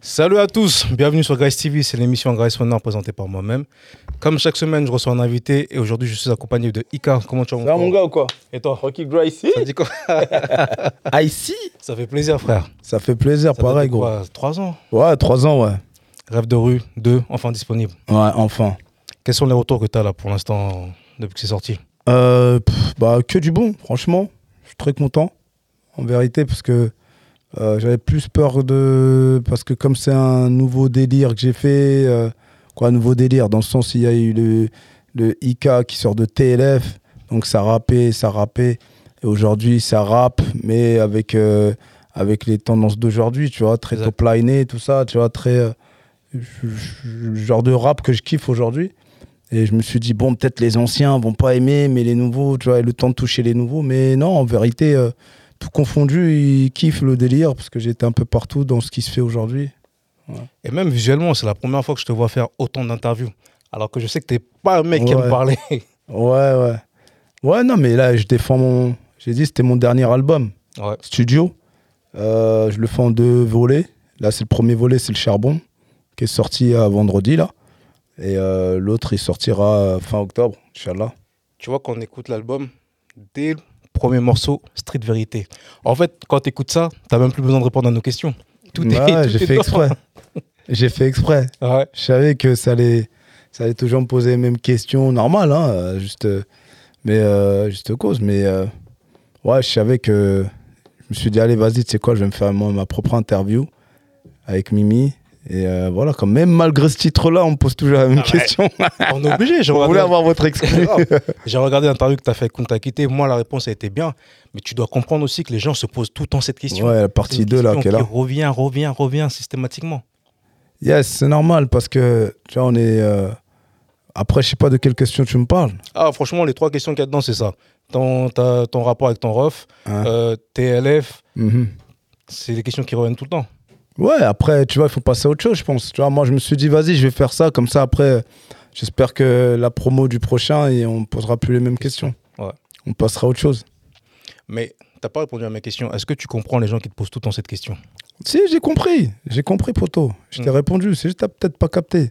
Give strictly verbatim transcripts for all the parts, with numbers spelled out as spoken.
Salut à tous, bienvenue sur Grice T V, c'est l'émission Grice Honor présentée par moi-même. Comme chaque semaine, je reçois un invité et aujourd'hui, je suis accompagné de Ika. Comment tu vas, mon, ça va, mon gars, ou quoi? Et toi? Tranquille, Grice. Ça dit quoi? Ici. Ça fait plaisir, frère. Ça fait plaisir, ça pareil, gros. Quoi, trois ans? Ouais, trois ans, ouais. Rêve de rue, deux, enfin disponible. Ouais, enfin. Quels sont les retours que tu as là pour l'instant, depuis que c'est sorti? euh, pff, Bah, que du bon, franchement. Je suis très content, en vérité, parce que euh, j'avais plus peur de... Parce que comme c'est un nouveau délire que j'ai fait, euh, quoi, un nouveau délire, dans le sens où il y a eu le, le Ika qui sort de T L F, donc ça rappait, ça rappait, et aujourd'hui ça rappe, mais avec, euh, avec les tendances d'aujourd'hui, tu vois, très top-liné, tout ça, tu vois, très... Euh, genre de rap que je kiffe aujourd'hui. Et je me suis dit, bon, peut-être les anciens vont pas aimer, mais les nouveaux, tu vois, le temps de toucher les nouveaux. Mais non, en vérité, euh, tout confondu, ils kiffent le délire parce que j'étais un peu partout dans ce qui se fait aujourd'hui. Ouais. Et même visuellement, c'est la première fois que je te vois faire autant d'interviews. Alors que je sais que t'es pas un mec ouais. qui aime parler. Ouais, ouais. Ouais, non, mais là, je défends mon... J'ai dit, c'était mon dernier album. Ouais. Studio. Euh, je le fais en deux volets. Là, c'est le premier volet, c'est le Charbon, qui est sorti à vendredi, là. Et euh, l'autre, il sortira fin octobre, Inch'Allah. Tu vois, quand on écoute l'album, dès le premier morceau, Street Vérité. En fait, quand tu écoutes ça, tu n'as même plus besoin de répondre à nos questions. Tout ouais, est, tout j'ai est fait exprès. J'ai fait exprès. Ouais. Je savais que ça allait, ça allait toujours me poser les mêmes questions, normales, hein, juste, mais euh, juste cause. Mais euh, ouais, je savais que... Je me suis dit, allez, vas-y, tu sais quoi, je vais me faire moi, ma propre interview avec Mimi. Et euh, voilà, quand même malgré ce titre-là, on me pose toujours la même ah question. Ouais. On est obligé. Vous voulez avoir votre exclu. J'ai regardé l'interview que tu as fait avec Kunta Kinte. Moi, la réponse a été bien. Mais tu dois comprendre aussi que les gens se posent tout le temps cette question. Ouais, la partie deux, là, qui est là. revient, revient, revient systématiquement. Yes, c'est normal parce que, tu vois, on est... Euh... Après, je sais pas de quelle question tu me parles. Ah, franchement, les trois questions qu'il y a dedans, c'est ça. Ton, ta, ton rapport avec ton ref, hein? euh, T L F, mm-hmm. C'est des questions qui reviennent tout le temps. Ouais, après, tu vois, il faut passer à autre chose, je pense. Tu vois, moi, je me suis dit, vas-y, je vais faire ça. Comme ça, après, j'espère que la promo du prochain, et on ne posera plus les mêmes questions. Ouais. On passera à autre chose. Mais tu n'as pas répondu à mes questions. Est-ce que tu comprends les gens qui te posent tout le temps cette question? Si, j'ai compris. J'ai compris, poto. Je t'ai mmh. répondu. C'est juste que tu n'as peut-être pas capté.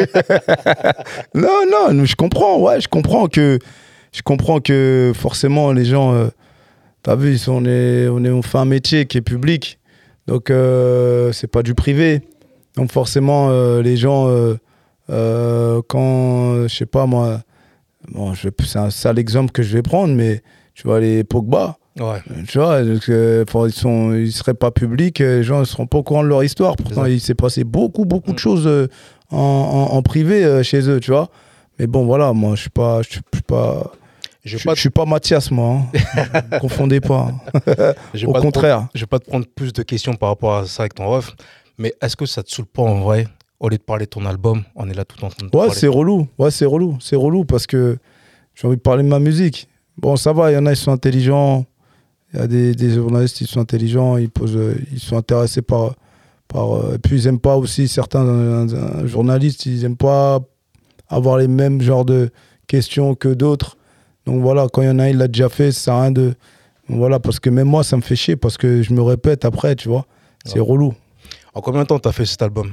non, non, je comprends. Ouais, je comprends que, je comprends que forcément, les gens, euh, tu as vu, on, est, on, est, on fait un métier qui est public. Donc, euh, c'est pas du privé. Donc, forcément, euh, les gens, euh, euh, quand, euh, je sais pas moi, bon, je, c'est un sale exemple que je vais prendre, mais tu vois, les Pogba, ouais. tu vois, donc, euh, ils, sont, ils seraient pas publics, les gens ne seront pas au courant de leur histoire. Pourtant, il s'est passé beaucoup, beaucoup mmh. de choses euh, en, en, en privé euh, chez eux, tu vois. Mais bon, voilà, moi, je suis pas. Je suis pas Je ne suis pas Mathias, moi. Hein. Ne confondez pas. Au contraire. Prendre, je ne vais pas te prendre plus de questions par rapport à ça avec ton ref. Mais est-ce que ça ne te saoule pas en vrai? Au lieu de parler de ton album, on est là tout en train de ouais, parler. C'est relou. Ouais, c'est relou. C'est relou parce que j'ai envie de parler de ma musique. Bon, ça va, il y en a, ils sont intelligents. Il y a des, des journalistes, ils sont intelligents. Ils, posent, ils sont intéressés par... par euh, et puis, ils n'aiment pas aussi, certains un, un, journalistes, ils n'aiment pas avoir les mêmes genres de questions que d'autres. Donc voilà, quand il y en a un, il l'a déjà fait, ça sert à rien de... Donc voilà, parce que même moi, ça me fait chier, parce que je me répète après, tu vois. C'est ouais. relou. En combien de temps tu as fait cet album?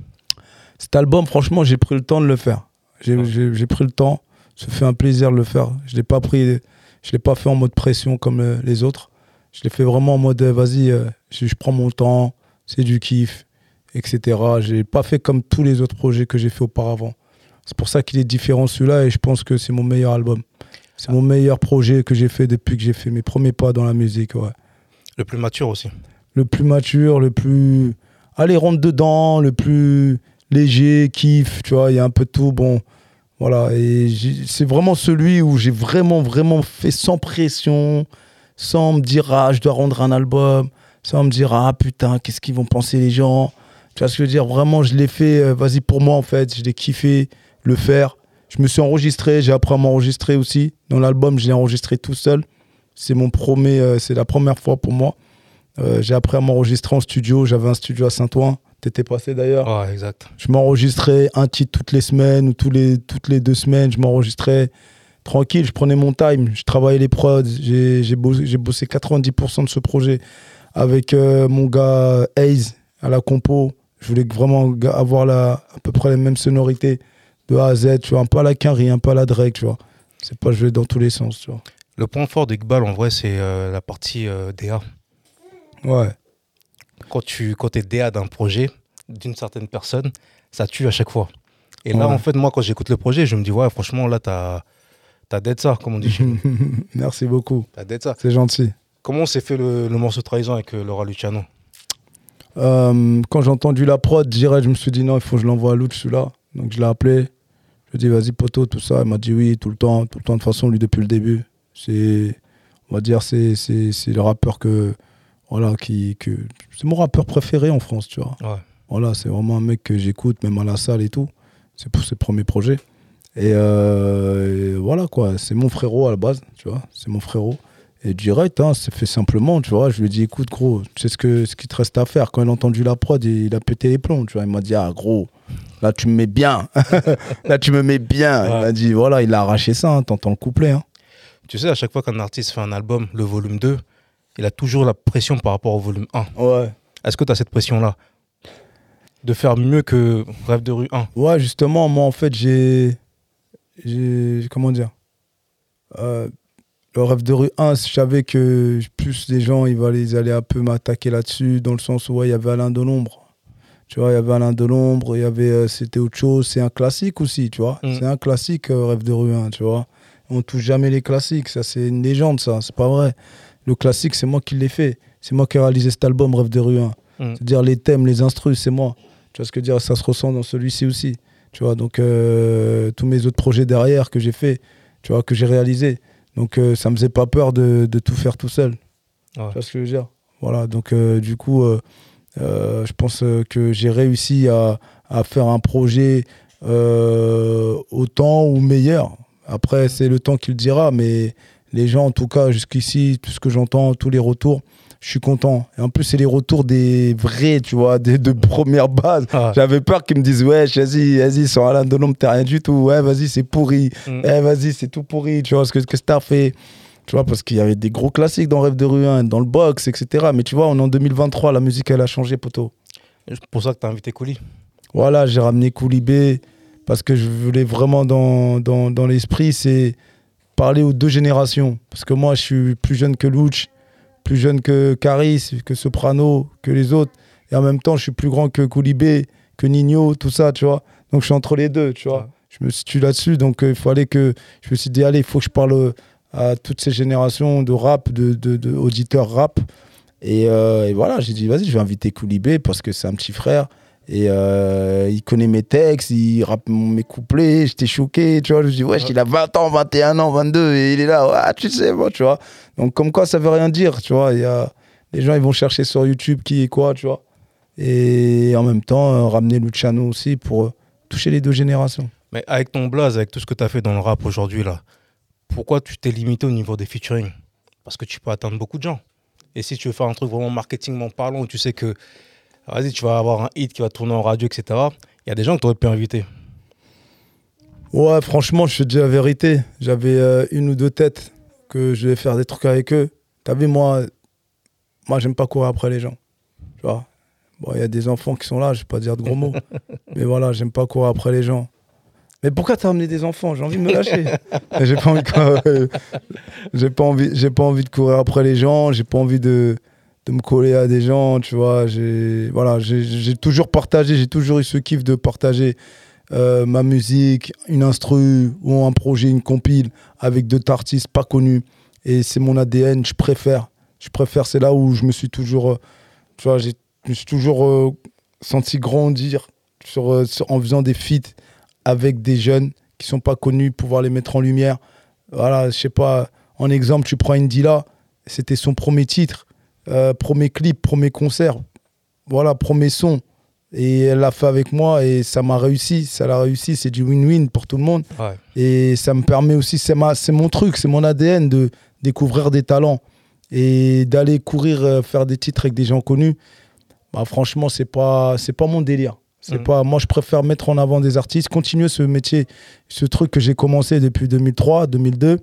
Cet album, franchement, j'ai pris le temps de le faire. J'ai, ouais. j'ai, j'ai pris le temps. Ça fait un plaisir de le faire. Je ne l'ai pas pris... Je l'ai pas fait en mode pression comme euh, les autres. Je l'ai fait vraiment en mode, euh, vas-y, euh, je, je prends mon temps, c'est du kiff, et cetera. Je l'ai pas fait comme tous les autres projets que j'ai fait auparavant. C'est pour ça qu'il est différent celui-là, et je pense que c'est mon meilleur album. C'est mon meilleur projet que j'ai fait depuis que j'ai fait mes premiers pas dans la musique. Ouais. Le plus mature aussi. Le plus mature, le plus... Allez, rentre dedans, le plus léger, kiff, tu vois, il y a un peu de tout. Bon, voilà. Et c'est vraiment celui où j'ai vraiment, vraiment fait sans pression, sans me dire, ah, je dois rendre un album, sans me dire, ah, putain, qu'est-ce qu'ils vont penser les gens. Tu vois ce que je veux dire? Vraiment, je l'ai fait, euh, vas-y, pour moi, en fait. Je l'ai kiffé, le faire. Je me suis enregistré, j'ai appris à m'enregistrer aussi. Dans l'album, je l'ai enregistré tout seul. C'est mon premier, euh, c'est la première fois pour moi. Euh, j'ai appris à m'enregistrer en studio. J'avais un studio à Saint-Ouen. T'étais passé d'ailleurs. Ouais, exact. Je m'enregistrais un titre toutes les semaines ou tous les, toutes les deux semaines. Je m'enregistrais tranquille. Je prenais mon time. Je travaillais les prods. J'ai, j'ai, bossé, j'ai bossé quatre-vingt-dix pour cent de ce projet avec euh, mon gars Hayes à la compo. Je voulais vraiment avoir la, à peu près les mêmes sonorités de A à Z, tu vois, un peu à la Quinry, un peu à la Drake, tu vois. C'est pas jouer dans tous les sens, tu vois. Le point fort d'Iqbal, en vrai, c'est euh, la partie euh, D A. Ouais. Quand tu quand es D A d'un projet, d'une certaine personne, ça tue à chaque fois. Et là, ouais. en fait, moi, quand j'écoute le projet, je me dis, ouais, franchement, là, t'as, t'as dead ça, comme on dit chez nous. Merci beaucoup. T'as dead ça. C'est gentil. Comment s'est fait le, le morceau Trahison avec euh, Laura Luciano? euh, Quand j'ai entendu la prod, direct, je me suis dit, non, il faut que je l'envoie à Luch, celui-là. Donc, je l'ai appelé. Je lui ai dit, vas-y, poto, tout ça. Il m'a dit oui, tout le temps. Tout le temps, de toute façon, lui, depuis le début. C'est, on va dire, c'est, c'est, c'est le rappeur que, voilà, qui, que, c'est mon rappeur préféré en France, tu vois. Ouais. Voilà, c'est vraiment un mec que j'écoute, même à la salle et tout. C'est pour ses premiers projets. Et, euh, et voilà, quoi. C'est mon frérot à la base, tu vois. C'est mon frérot. Et direct, hein, c'est fait simplement, tu vois. Je lui ai dit, écoute, gros, tu sais ce, que, ce qu'il te reste à faire. Quand il a entendu la prod, il a pété les plombs, tu vois. Il m'a dit, ah, gros, là, tu me mets bien. Là, tu me mets bien. Ouais. Il m'a dit, voilà, il a arraché ça, hein, t'entends le couplet. Hein. Tu sais, à chaque fois qu'un artiste fait un album, le volume deux, il a toujours la pression par rapport au volume un. Ouais. Est-ce que tu as cette pression-là de faire mieux que Rêve de rue un? Ouais, justement, moi, en fait, j'ai... j'ai comment dire euh, le Rêve de rue un, je savais que plus les gens, ils allaient, ils allaient un peu m'attaquer là-dessus, dans le sens où ouais, il y avait Alain Delombre. Tu vois, il y avait Alain Delombre, il y avait euh, C'était autre chose. C'est un classique aussi, tu vois. Mmh. C'est un classique, euh, Rêve de rue un, tu vois. On touche jamais les classiques, ça, c'est une légende, ça, c'est pas vrai. Le classique, c'est moi qui l'ai fait. C'est moi qui ai réalisé cet album, Rêve de rue un. Mmh. C'est-à-dire les thèmes, les instrus, c'est moi. Tu vois ce que je veux dire, ça se ressent dans celui-ci aussi. Tu vois, donc euh, tous mes autres projets derrière que j'ai fait, tu vois, que j'ai réalisé. Donc euh, ça me faisait pas peur de, de tout faire tout seul. Ouais. Tu vois ce que je veux dire. Voilà, donc euh, du coup, euh, euh, je pense que j'ai réussi à, à faire un projet euh, autant ou meilleur. Après, c'est le temps qui le dira, mais les gens, en tout cas, jusqu'ici, tout ce que j'entends, tous les retours, je suis content. Et en plus, c'est les retours des vrais, tu vois, des, de première base. Ah. J'avais peur qu'ils me disent, ouais, vas-y, vas-y, sans Alain Delombre, t'es rien du tout. Ouais, vas-y, c'est pourri. Mm. Eh, vas-y, c'est tout pourri. Tu vois, ce que, que t'as fait. Tu vois, parce qu'il y avait des gros classiques dans Rêve de rue un, dans le box, et cetera. Mais tu vois, on est en deux mille vingt-trois, la musique, elle a changé, poto. C'est pour ça que t'as invité Kouli. Voilà, j'ai ramené Kouli B, parce que je voulais vraiment, dans, dans, dans l'esprit, c'est parler aux deux générations. Parce que moi, je suis plus jeune que Louch, plus jeune que Caris, que Soprano, que les autres. Et en même temps, je suis plus grand que Koulibé, que Nino, tout ça, tu vois. Donc, je suis entre les deux, tu vois. Ouais. Je me situe là-dessus. Donc, il euh, fallait que... Je me suis dit, allez, il faut que je parle à toutes ces générations de rap, de, de, de auditeurs rap. Et, euh, et voilà, j'ai dit, vas-y, je vais inviter Koulibé parce que c'est un petit frère. Et euh, il connaît mes textes, il rappe mes couplets, j'étais choqué, tu vois, je me dis, ouais, il a vingt ans, vingt et un ans, vingt-deux, et il est là, ouais, tu sais, bon, tu vois. Donc, comme quoi, ça veut rien dire, tu vois. Il y a... Les gens, ils vont chercher sur YouTube qui est quoi, tu vois. Et en même temps, euh, ramener Luciano aussi pour euh, toucher les deux générations. Mais avec ton blaze, avec tout ce que tu as fait dans le rap aujourd'hui, là, pourquoi tu t'es limité au niveau des featuring? Parce que tu peux atteindre beaucoup de gens. Et si tu veux faire un truc vraiment marketingment parlant, où tu sais que vas-y, tu vas avoir un hit qui va tourner en radio, et cetera. Il y a des gens que tu aurais pu inviter. Ouais, franchement, je te dis la vérité. J'avais euh, une ou deux têtes que je vais faire des trucs avec eux. T'as vu, moi, moi j'aime pas courir après les gens. Tu vois. Bon, il y a des enfants qui sont là, je vais pas dire de gros mots. Mais voilà, j'aime pas courir après les gens. Mais pourquoi t'as amené des enfants? J'ai envie de me lâcher. j'ai pas envie de... j'ai pas envie, j'ai pas envie de courir après les gens. J'ai pas envie de... de me coller à des gens, tu vois. J'ai, voilà, j'ai, j'ai toujours partagé, j'ai toujours eu ce kiff de partager euh, ma musique, une instru ou un projet, une compile avec d'autres artistes pas connus. Et c'est mon A D N, je préfère. Je préfère, c'est là où je me suis toujours, euh, tu vois, j'ai, je me suis toujours euh, senti grandir sur, euh, sur, en faisant des feats avec des jeunes qui sont pas connus, pouvoir les mettre en lumière. Voilà, je sais pas, en exemple, tu prends Indila, c'était son premier titre. Euh, premier clip, premier concert, voilà, premier son. Et elle l'a fait avec moi et ça m'a réussi, ça l'a réussi, c'est du win-win pour tout le monde. Ouais. Et ça me permet aussi, c'est, ma, c'est mon truc, c'est mon A D N de découvrir des talents et d'aller courir, euh, faire des titres avec des gens connus. Bah, franchement, c'est pas, c'est pas mon délire. C'est mmh. pas, moi, je préfère mettre en avant des artistes, continuer ce métier, ce truc que j'ai commencé depuis deux mille trois, deux mille deux.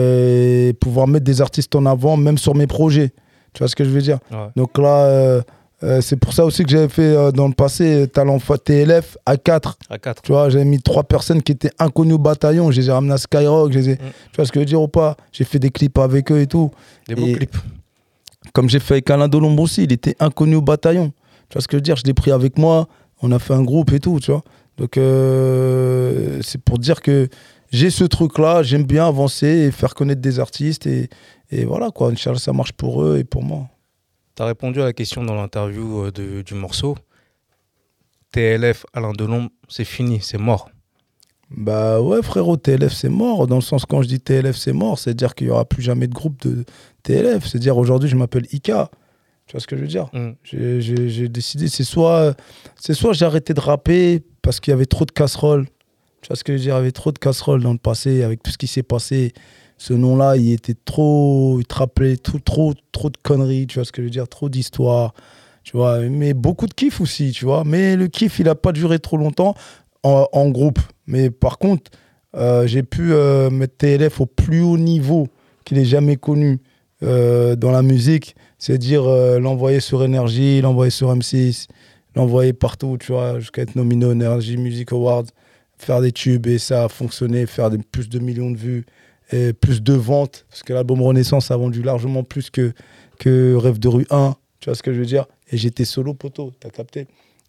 Euh, et pouvoir mettre des artistes en avant, même sur mes projets. Tu vois ce que je veux dire? Ouais. Donc là, euh, Euh, c'est pour ça aussi que j'avais fait euh, dans le passé Talent T L F à quatre. À quatre. Tu vois, j'avais mis trois personnes qui étaient inconnues au bataillon. Je les ai ramenés à Skyrock. Je les ai... mm. Tu vois ce que je veux dire ou pas? J'ai fait des clips avec eux et tout. Des beaux et clips. Comme j'ai fait avec Alain Delombe aussi, il était inconnu au bataillon. Tu vois ce que je veux dire? Je l'ai pris avec moi. On a fait un groupe et tout, tu vois. Donc, euh, c'est pour dire que j'ai ce truc-là. J'aime bien avancer et faire connaître des artistes. Et, et voilà, quoi. Inch'Allah, ça marche pour eux et pour moi. Tu as répondu à la question dans l'interview de, du morceau. T L F, Alain Delombe, c'est fini, c'est mort. Bah ouais, frérot, T L F, c'est mort. Dans le sens, quand je dis T L F, c'est mort, c'est-à-dire qu'il n'y aura plus jamais de groupe de T L F. C'est-à-dire, aujourd'hui, je m'appelle Ika. Tu vois ce que je veux dire? mm. j'ai, j'ai, j'ai décidé, c'est soit, c'est soit j'ai arrêté de rapper parce qu'il y avait trop de casseroles. Tu vois ce que je veux dire? Il y avait trop de casseroles dans le passé, avec tout ce qui s'est passé. Ce nom-là, il était trop... Il te rappelait trop, trop, trop de conneries, tu vois ce que je veux dire? Trop d'histoires, tu vois. Mais beaucoup de kiff aussi, tu vois. Mais le kiff, il n'a pas duré trop longtemps en, en groupe. Mais par contre, euh, j'ai pu euh, mettre T L F au plus haut niveau qu'il ait jamais connu euh, dans la musique. C'est-à-dire euh, l'envoyer sur Énergie, l'envoyer sur M six, l'envoyer partout, tu vois, jusqu'à être nominé aux Energy Music Awards, faire des tubes et ça a fonctionné, faire des, plus de millions de vues. Et plus de ventes, parce que l'album Renaissance a vendu largement plus que, que Rêve de rue un, tu vois ce que je veux dire? Et j'étais solo poteau, t'as capté?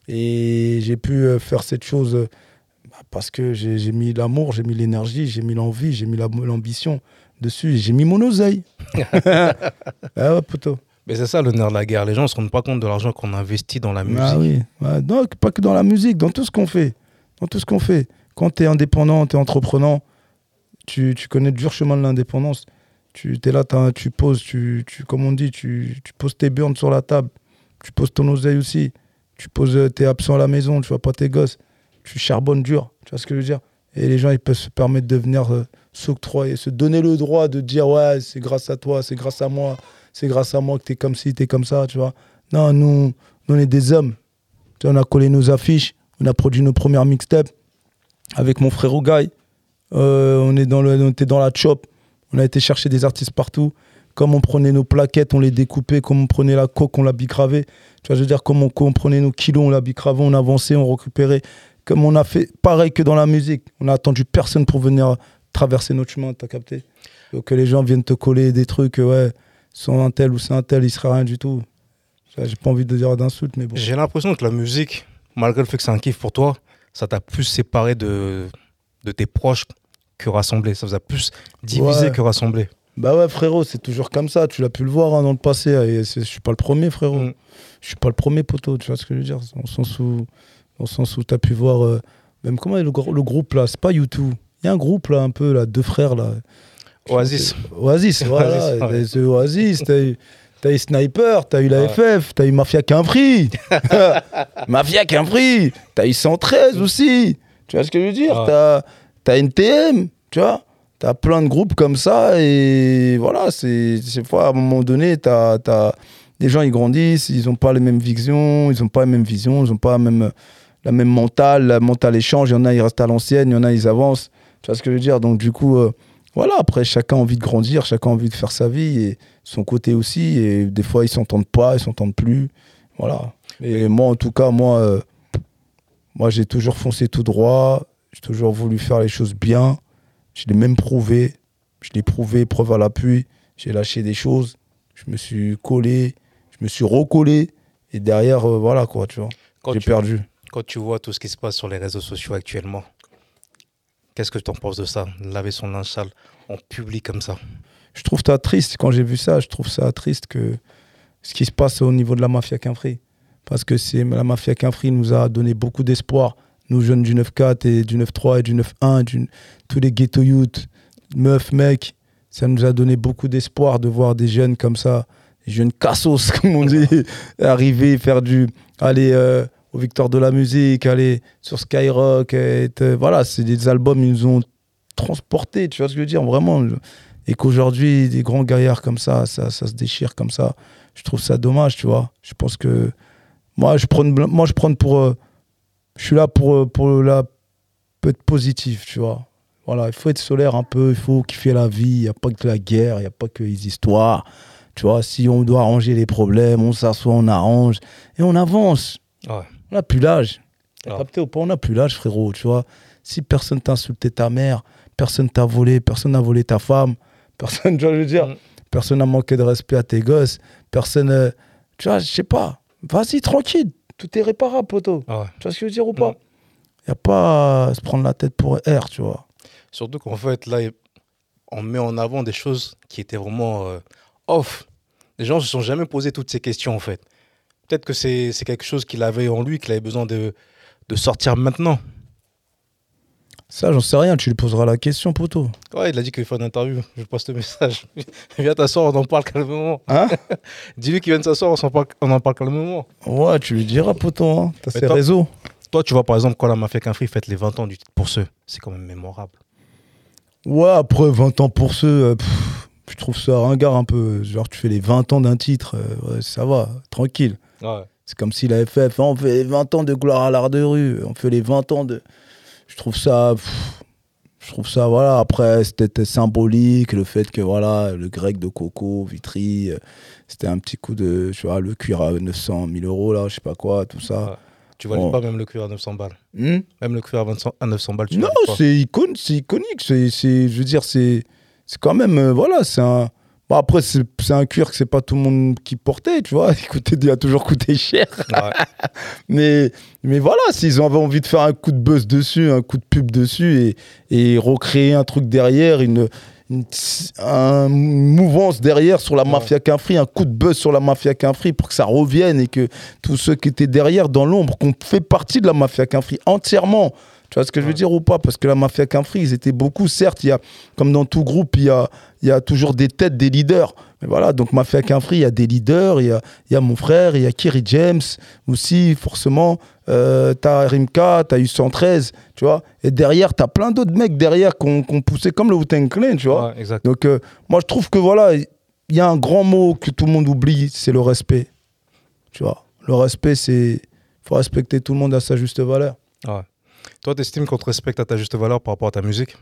Et j'ai pu faire cette chose bah, parce que j'ai, j'ai mis l'amour, j'ai mis l'énergie, j'ai mis l'envie, j'ai mis la, l'ambition dessus, et j'ai mis mon oseille. Ah ouais, poteau. Mais c'est ça le nerf de la guerre, les gens ne se rendent pas compte de l'argent qu'on investit dans la musique. Ah oui, ouais, non, pas que dans la musique, dans tout ce qu'on fait. Dans tout ce qu'on fait. Quand t'es indépendant, t'es entreprenant, Tu, tu connais le dur chemin de l'indépendance. Tu es là, tu poses, tu, tu, comme on dit, tu, tu poses tes burnes sur la table. Tu poses ton oseille aussi. Tu poses, t'es absent à la maison, tu vois pas tes gosses. Tu charbonnes dur, tu vois ce que je veux dire? Et les gens, ils peuvent se permettre de venir euh, s'octroyer, se donner le droit de dire ouais, c'est grâce à toi, c'est grâce à moi, c'est grâce à moi que t'es comme ci, t'es comme ça, tu vois. Non, nous, nous on est des hommes. Tu vois, on a collé nos affiches, on a produit nos premières mixtapes avec mon frère Ougaï. Euh, on, est dans le, on était dans la chop, on a été chercher des artistes partout. Comme on prenait nos plaquettes, on les découpait. Comme on prenait la coque, on la bicravait. Tu vois, je veux dire, comme on, comme on prenait nos kilos, on la bicravait, on avançait, on récupérait. Comme on a fait pareil que dans la musique. On a attendu personne pour venir traverser notre chemin, t'as capté? Donc, que les gens viennent te coller des trucs, ouais, sans un tel ou sans un tel, il serait rien du tout. J'ai pas envie de dire d'insultes, mais bon. J'ai l'impression que la musique, malgré le fait que c'est un kiff pour toi, ça t'a plus séparé de... de tes proches que rassembler. Ça vous a plus divisé ouais. que rassembler. Bah ouais, frérot, c'est toujours comme ça. Tu l'as pu le voir hein, dans le passé. Et je suis pas le premier, frérot. Mm. Je suis pas le premier poteau, tu vois ce que je veux dire? Dans le sens où, dans le sens où tu as pu voir... Euh, même comment est le, le groupe, là? C'est pas U deux. Il y a un groupe, là, un peu, là, deux frères, là. Oasis. Oasis, voilà. Oasis, ouais. Oasis, t'as eu... T'as eu Sniper, t'as eu la ouais. F F, t'as eu Mafia Quinfri. Mafia Quinfri. T'as eu cent treize aussi. Tu vois ce que je veux dire? Ah. T'as, t'as N T M, tu vois? T'as plein de groupes comme ça et voilà, c'est, c'est fois, à un moment donné, t'as, t'as, les gens ils grandissent, ils n'ont pas les mêmes visions, ils n'ont pas les mêmes visions, ils n'ont pas la même, la même mentale, la mentale échange. Il y en a, ils restent à l'ancienne, il y en a, ils avancent. Tu vois ce que je veux dire? Donc du coup, euh, voilà, après, chacun a envie de grandir, chacun a envie de faire sa vie et son côté aussi. Et des fois, ils s'entendent pas, ils s'entendent plus. Voilà. Et moi, en tout cas, moi, euh, moi j'ai toujours foncé tout droit. J'ai toujours voulu faire les choses bien. Je l'ai même prouvé. Je l'ai prouvé, preuve à l'appui. J'ai lâché des choses. Je me suis collé. Je me suis recollé. Et derrière, euh, voilà quoi, tu vois. Quand j'ai tu, perdu. Quand tu vois tout ce qui se passe sur les réseaux sociaux actuellement, qu'est-ce que tu en penses de ça? Laver son linge sale en public comme ça. Je trouve ça triste. Quand j'ai vu ça, je trouve ça triste que ce qui se passe au niveau de la Mafia Quinfri. Parce que c'est, la Mafia Quinfri nous a donné beaucoup d'espoir. Nous, jeunes du neuf quatre et du neuf trois et du neuf un, du, tous les ghetto youth, meufs, mecs, ça nous a donné beaucoup d'espoir de voir des jeunes comme ça, des jeunes cassos, comme on dit, arriver, faire du... aller euh, aux Victoires de la musique, aller sur Skyrock. Et, euh, voilà, c'est des albums, ils nous ont transportés, tu vois ce que je veux dire, vraiment. Et qu'aujourd'hui, des grands gaillards comme ça, ça, ça se déchire comme ça. Je trouve ça dommage, tu vois. Je pense que... Moi, je prends, moi, je prends pour... Euh, je suis là pour, pour la, pour être positif, tu vois. Voilà, il faut être solaire un peu, il faut kiffer la vie. Il n'y a pas que la guerre, il n'y a pas que les histoires. Tu vois, si on doit arranger les problèmes, on s'assoit, on arrange et on avance. Ouais. On n'a plus l'âge. T'as Ouais. capté ou pas? On n'a plus l'âge, frérot, tu vois. Si personne t'a insulté ta mère, personne t'a volé, personne n'a volé ta femme, personne, tu vois, je veux dire, Mm. personne n'a manqué de respect à tes gosses, personne, euh, tu vois, je sais pas. Vas-y, tranquille, tout est réparable, poteau. Ouais. Tu vois ce que je veux dire ou pas? Mm. Il n'y a pas à se prendre la tête pour R, tu vois. Surtout qu'en fait, là, on met en avant des choses qui étaient vraiment euh, off. Les gens ne se sont jamais posé toutes ces questions, en fait. Peut-être que c'est c'est quelque chose qu'il avait en lui, qu'il avait besoin de, de sortir maintenant. Ça, j'en sais rien, tu lui poseras la question, poteau. Ouais, il a dit qu'il fait une interview. Je poste le message. Viens t'asseoir, on en parle calmement. Hein? Dis-lui qu'il vienne s'asseoir, on, s'en parle- on en parle calmement. Ouais, tu lui diras, poteau, hein. T'as Mais ses toi- réseaux. Toi, tu vois, par exemple, quand la Mafia qu'un Free fête les vingt ans du titre pour ceux, c'est quand même mémorable. Ouais, après vingt ans pour ceux, euh, pff, je trouve ça ringard un peu. Genre, tu fais les vingt ans d'un titre, euh, ouais, ça va, tranquille. Ouais. C'est comme si la F F, hein, on fait les vingt ans de gloire à l'art de rue, on fait les vingt ans de... Je trouve ça... pff, je trouve ça, voilà, après, c'était symbolique, le fait que, voilà, le grec de Coco, Vitry, euh, c'était un petit coup de, tu vois, le cuir à neuf cent mille euros, là, je sais pas quoi, tout ça. Ouais. Tu valides Bon. pas même le cuir à neuf cents balles. Hmm. Même le cuir à, vingt à neuf cents balles, tu Non, valides pas. c'est icône, c'est iconique, c'est, c'est, je veux dire, c'est, c'est quand même, euh, voilà, c'est un... Bon, après, c'est, c'est un cuir que c'est pas tout le monde qui portait, tu vois, il, coûtait, il a toujours coûté cher. Ouais. Mais, mais voilà, s'ils avaient envie de faire un coup de buzz dessus, un coup de pub dessus et, et recréer un truc derrière, une, une, un mouvance derrière sur la Ouais. Mafia qu'un Free, un coup de buzz sur la Mafia qu'un Free pour que ça revienne et que tous ceux qui étaient derrière dans l'ombre, qu'on fait partie de la Mafia qu'un Free entièrement. Tu vois ce que je veux Ouais. dire ou pas? Parce que la Mafia qu'un Free, ils étaient beaucoup. Certes, il y a, comme dans tout groupe, il y a, il y a toujours des têtes, des leaders. Mais voilà, donc Mafia qu'un Free, il y a des leaders. Il y a, il y a mon frère, il y a Kerry James aussi, forcément. Euh, t'as Rimka, t'as eu cent treize, tu vois. Et derrière, t'as plein d'autres mecs derrière qu'on qu'on poussait comme le Wu-Tang Clan, tu vois. Ouais, exact. Donc, euh, moi, je trouve que voilà, il y a un grand mot que tout le monde oublie, c'est le respect. Tu vois. Le respect, c'est. Il faut respecter tout le monde à sa juste valeur. Ouais. Toi, t'estimes qu'on te respecte à ta juste valeur par rapport à ta musique?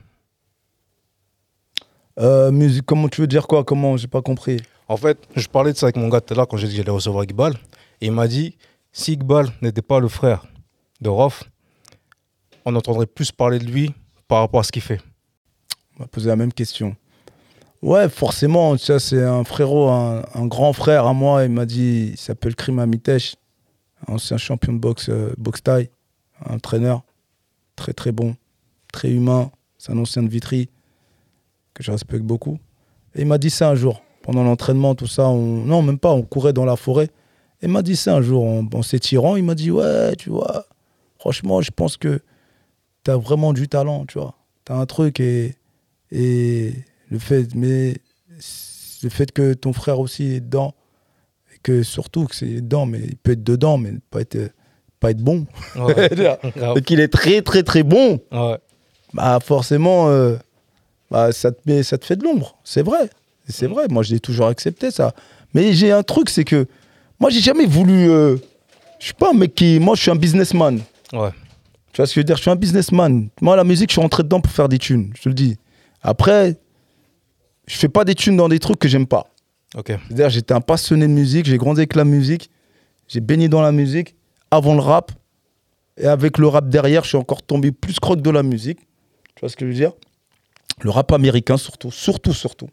Euh, musique, comment tu veux dire quoi? Comment? J'ai pas compris. En fait, je parlais de ça avec mon gars tout à l'heure quand j'ai dit que j'allais recevoir Iqbal. Et il m'a dit, si Iqbal n'était pas le frère de Rof, on entendrait plus parler de lui par rapport à ce qu'il fait. On m'a posé la même question. Ouais, forcément, tu sais, c'est un frérot, un, un grand frère à moi. Il m'a dit, il s'appelle Krim Amitesh, ancien champion de boxe, euh, boxe thaï, un entraîneur très très bon, très humain. C'est un ancien de Vitry que je respecte beaucoup. Et il m'a dit ça un jour, pendant l'entraînement, tout ça. On... Non, même pas, on courait dans la forêt. Et il m'a dit ça un jour, en, en s'étirant. Il m'a dit, ouais, tu vois, franchement, je pense que tu as vraiment du talent, tu vois. Tu as un truc et, et le fait, mais le fait que ton frère aussi est dedans, et que surtout que c'est dedans, mais il peut être dedans, mais pas être, pas être bon. Ouais. Et qu'il est très, très, très bon. Ouais. Bah forcément, euh, bah, ça, te met, ça te fait de l'ombre. C'est vrai. C'est vrai. Moi, je l'ai toujours accepté, ça. Mais j'ai un truc, c'est que moi, j'ai jamais voulu... Euh, je suis pas un mec qui... Moi, je suis un businessman. Ouais. Tu vois ce que je veux dire? Je suis un businessman. Moi, la musique, je suis rentré dedans pour faire des thunes. Je te le dis. Après, je fais pas des thunes dans des trucs que j'aime pas. Ok. C'est-à-dire, j'étais un passionné de musique. J'ai grandi avec la musique. J'ai baigné dans la musique avant le rap. Et avec le rap derrière, je suis encore tombé plus croque de la musique. Tu vois ce que je veux dire? Le rap américain surtout, surtout, surtout.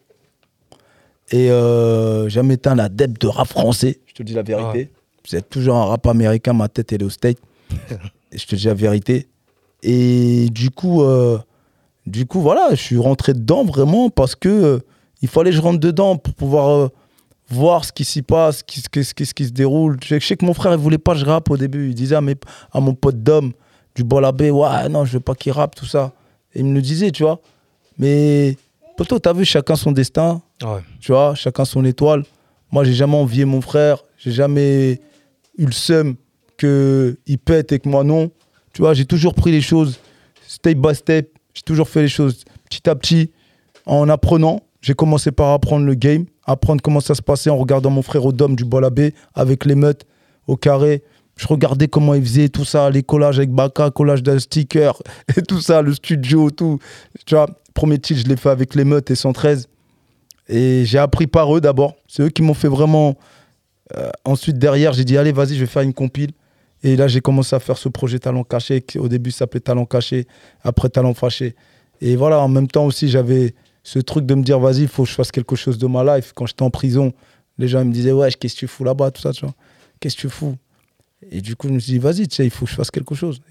Et euh, j'ai jamais été un adepte de rap français, je te dis la vérité. C'est toujours un rap américain, ma tête elle est au State. Et je te dis la vérité. Et du coup, euh, du coup, voilà, je suis rentré dedans vraiment parce que euh, il fallait que je rentre dedans pour pouvoir euh, voir ce qui s'y passe, ce qui, ce qui, ce qui, ce qui se déroule. Je, je sais que mon frère, il voulait pas que je rappe au début. Il disait à, mes, à mon pote Dom du Bolabé, ouais, non, je veux pas qu'il rappe, tout ça. Et il me le disait, tu vois. Mais, poto, t'as vu, chacun son destin, Ouais. tu vois, chacun son étoile. Moi, j'ai jamais envié mon frère, j'ai jamais eu le seum qu'il pète et que moi non. Tu vois, j'ai toujours pris les choses step by step, j'ai toujours fait les choses petit à petit, en apprenant. J'ai commencé par apprendre le game, apprendre comment ça se passait en regardant mon frère au Dôme du Bolabé avec les meutes au carré. Je regardais comment il faisait tout ça, les collages avec Baka, collage d'un sticker et tout ça, le studio, tout. Tu vois, premier titre, je l'ai fait avec les meutes et cent treize. Et j'ai appris par eux d'abord. C'est eux qui m'ont fait vraiment... Euh, ensuite, derrière, j'ai dit, allez, vas-y, je vais faire une compile. Et là, j'ai commencé à faire ce projet Talent Caché, qui au début s'appelait Talent Caché, après Talent Fâché. Et voilà, en même temps aussi, j'avais ce truc de me dire, vas-y, il faut que je fasse quelque chose de ma life. Quand j'étais en prison, les gens me disaient, ouais, qu'est-ce que tu fous là-bas, tout ça, tu vois. Qu'est-ce que tu fous? Et du coup, je me suis dit, vas-y, tu sais, il faut que je fasse quelque chose.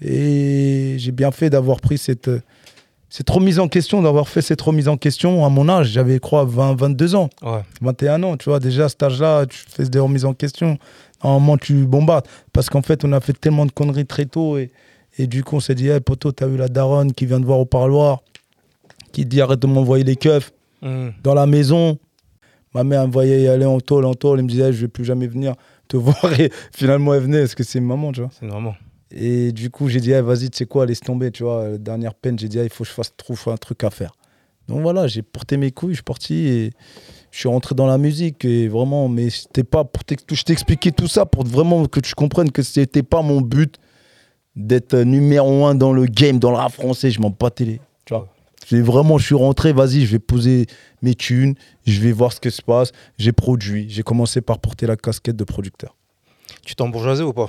Et j'ai bien fait d'avoir pris cette, cette remise en question, d'avoir fait cette remise en question à mon âge. J'avais, je crois, vingt, vingt-deux ans, Ouais. vingt et un ans, tu vois. Déjà, à cet âge-là, tu fais des remises en question. À un moment, tu bombardes. Parce qu'en fait, on a fait tellement de conneries très tôt. Et, et du coup, on s'est dit, hey, poto, t'as vu la daronne qui vient te voir au parloir, qui te dit, arrête de m'envoyer les keufs Mmh. dans la maison. Ma mère me voyait y aller en tôle, en tôle. Elle me disait, hey, je vais plus jamais venir te voir. Et finalement, elle venait parce que c'est maman, tu vois. C'est normal. Et du coup, j'ai dit, hey, vas-y, tu sais quoi, laisse tomber, tu vois. Dernière peine, j'ai dit, hey, il faut que je fasse, trouve un truc à faire. Donc voilà, j'ai porté mes couilles, je suis parti et je suis rentré dans la musique. Et vraiment, mais c'était pas pour t'ex- je t'expliquais tout ça pour vraiment que tu comprennes que c'était pas mon but d'être numéro un dans le game, dans le rap français. Je m'en battais les, tu vois. J'ai vraiment, je suis rentré, vas-y, je vais poser mes thunes, je vais voir ce qui se passe. J'ai produit, j'ai commencé par porter la casquette de producteur. Tu t'es embourgeoisé ou pas?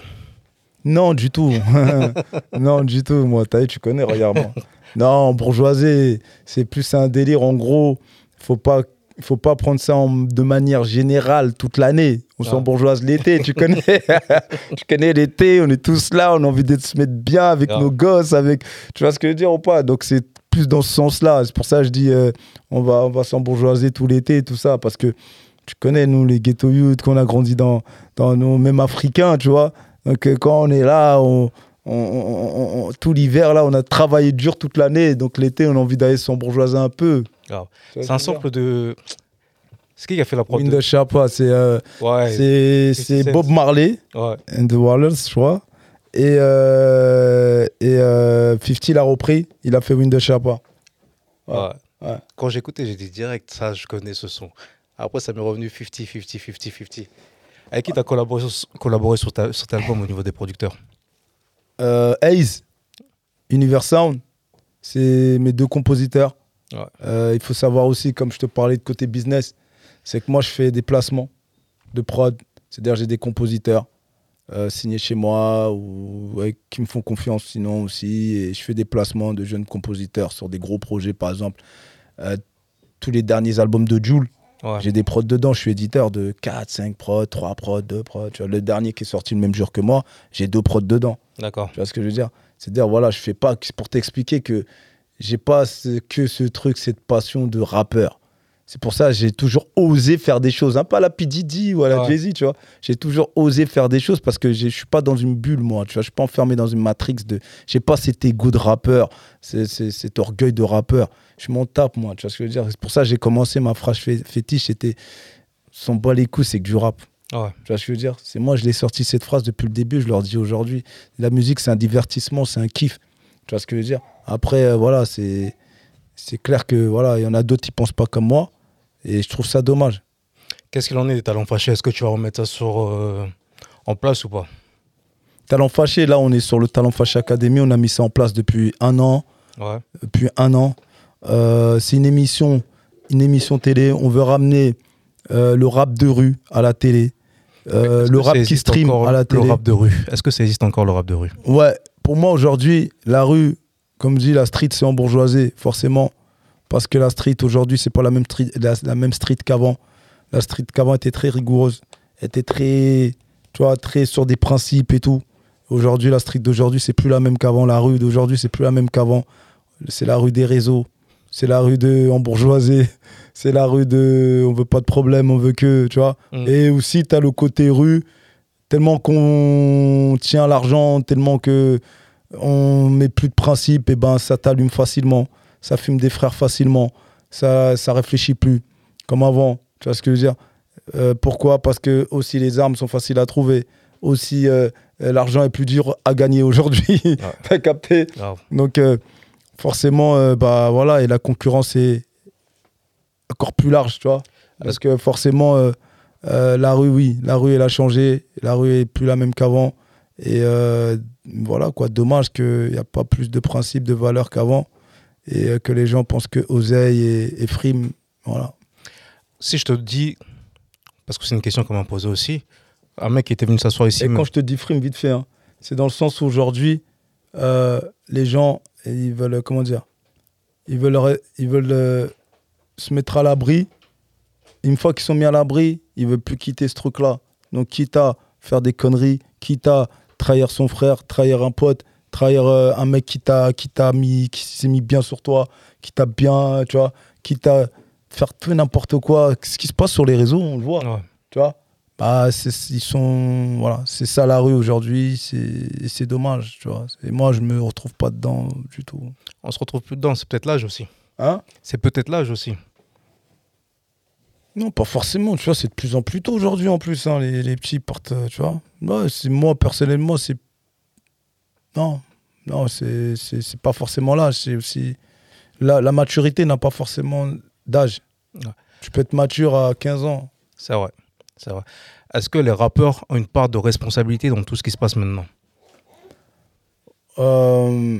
Non, du tout. Non, du tout. Moi, t'as vu, tu connais, regarde-moi. Non, bourgeoisie, c'est plus un délire. En gros, faut pas, faut pas prendre ça en- de manière générale toute l'année. On Ah. s'embourgeoise l'été, tu connais. Tu connais l'été, on est tous là, on a envie de se mettre bien avec Ah. nos gosses, avec. Tu vois ce que je veux dire ou pas? Donc c'est plus dans ce sens-là. C'est pour ça que je dis, euh, on va, on va s'embourgeoiser tout l'été et tout ça, parce que tu connais, nous, les ghetto youth, qu'on a grandi dans, dans nos, même africains, tu vois. Donc euh, quand on est là, on, on- on- on- tout l'hiver, là, on a travaillé dur toute l'année. Donc l'été, on a envie d'aller s'embourgeoiser un peu. Grave. Tu vois C'est un ce que je veux sample de. C'est qui qui a fait la dire? prod Wind de... the Sharpa, c'est euh, Ouais. c'est- fifty c'est Cent. Bob Marley Ouais. and the Wailers, je crois. Et, euh, et euh, cinquante l'a repris, il a fait Wind the Sharpa. Ouais. Ouais. Ouais. Quand j'écoutais, j'ai dit direct, ça, je connais ce son. Après, ça m'est revenu cinquante, cinquante, cinquante, cinquante. Avec qui tu as collaboré, sur, collaboré sur, ta, sur cet album au niveau des producteurs? Euh, Hayes, Universe Sound, c'est mes deux compositeurs. Ouais. Euh, il faut savoir aussi, comme je te parlais de côté business, c'est que moi je fais des placements de prod. C'est-à-dire j'ai des compositeurs euh, signés chez moi ou ouais, qui me font confiance sinon aussi. Et je fais des placements de jeunes compositeurs sur des gros projets, par exemple. Euh, tous les derniers albums de Jul, Ouais. j'ai des prods dedans. Je suis éditeur de quatre, cinq prods, trois prods, deux prods. Tu vois, le dernier qui est sorti le même jour que moi, j'ai deux prods dedans. D'accord. Tu vois ce que je veux dire? C'est-à-dire, voilà, je fais pas, c'est pour t'expliquer que j'ai pas ce- que ce truc, cette passion de rappeur. C'est pour ça que j'ai toujours osé faire des choses. Hein, pas à la P. Diddy ou à la Ouais. Jay-Z, tu vois. J'ai toujours osé faire des choses parce que j'ai- je suis pas dans une bulle, moi. Tu vois, je suis pas enfermé dans une matrix de. J'ai pas cet ego de rappeur, c'est- c'est- cet orgueil de rappeur. Je m'en tape, moi. Tu vois ce que je veux dire? C'est pour ça que j'ai commencé ma phrase fé- fétiche, c'était son bas les couilles, c'est que du rap. Ouais. Tu vois ce que je veux dire? C'est moi, je l'ai sorti cette phrase depuis le début, je leur dis aujourd'hui. La musique, c'est un divertissement, c'est un kiff. Tu vois ce que je veux dire? Après, euh, voilà, c'est c'est clair que voilà, il y en a d'autres qui pensent pas comme moi. Et je trouve ça dommage. Qu'est-ce qu'il en est des talents fâchés? Est-ce que tu vas remettre ça sur, euh, en place ou pas? Talent Fâché, là, on est sur le Talent Fâché Academy. On a mis ça en place depuis un an. Ouais. Depuis un an. Euh, c'est une émission, une émission télé. On veut ramener euh, le rap de rue à la télé. Euh, Est-ce le que ça rap qui existe stream encore, à la télé. Le rap de rue. Est-ce que ça existe encore le rap de rue? Ouais, pour moi aujourd'hui, la rue, comme dit la street, c'est embourgeoisé, forcément. Parce que la street aujourd'hui, c'est pas la même street, la, la même street qu'avant. La street qu'avant était très rigoureuse, était très, tu vois, très sur des principes et tout. Aujourd'hui, la street d'aujourd'hui, c'est plus la même qu'avant. La rue d'aujourd'hui, c'est plus la même qu'avant. C'est la rue des réseaux, c'est la rue de embourgeoisé, c'est la rue de on veut pas de problème, on veut que, tu vois. Mm. Et aussi, tu as le côté rue, tellement qu'on tient l'argent, tellement que on met plus de principe, et ben ça t'allume facilement, ça fume des frères facilement, ça ça réfléchit plus comme avant. Tu vois ce que je veux dire? Euh, pourquoi? Parce que aussi les armes sont faciles à trouver, aussi euh, l'argent est plus dur à gagner aujourd'hui. Ouais. T'as capté? Grave. Donc euh, forcément, euh, bah voilà, et la concurrence est encore plus large, tu vois. Parce que forcément, euh, euh, la rue, oui, la rue, elle a changé, la rue est plus la même qu'avant. Et euh, voilà, quoi, dommage qu'il n'y a pas plus de principes, de valeurs qu'avant, et euh, que les gens pensent que oseille et, et frime, voilà. si je te dis, parce que c'est une question qu'on m'a posée aussi, un mec qui était venu s'asseoir ici. Et mais... quand je te dis frime, vite fait, hein, c'est dans le sens où aujourd'hui, euh, les gens, ils veulent, comment dire, ils veulent, ils veulent euh, se mettre à l'abri. Une fois qu'ils sont mis à l'abri, ils ne veulent plus quitter ce truc-là. Donc, quitte à faire des conneries, quitte à trahir son frère, trahir un pote, trahir euh, un mec qui t'a, qui t'a mis, qui s'est mis bien sur toi, qui t'a bien, tu vois, quitte à faire tout et n'importe quoi. Ce qui se passe sur les réseaux, on le voit, Ouais. tu vois. Bah, c'est, ils sont, voilà, c'est ça la rue aujourd'hui, c'est, c'est dommage, tu vois. Et moi, je me retrouve pas dedans du tout. On se retrouve plus dedans, c'est peut-être l'âge aussi. Hein? C'est peut-être l'âge aussi. Non, pas forcément, tu vois, c'est de plus en plus tôt aujourd'hui en plus, hein, les, les petits partent, euh, tu vois. Ouais, c'est, moi, personnellement, c'est... Non, non, c'est, c'est, c'est pas forcément l'âge, c'est aussi... La, la maturité n'a pas forcément d'âge. Ouais. Tu peux être mature à quinze ans. C'est vrai, c'est vrai. Est-ce que les rappeurs ont une part de responsabilité dans tout ce qui se passe maintenant? Euh...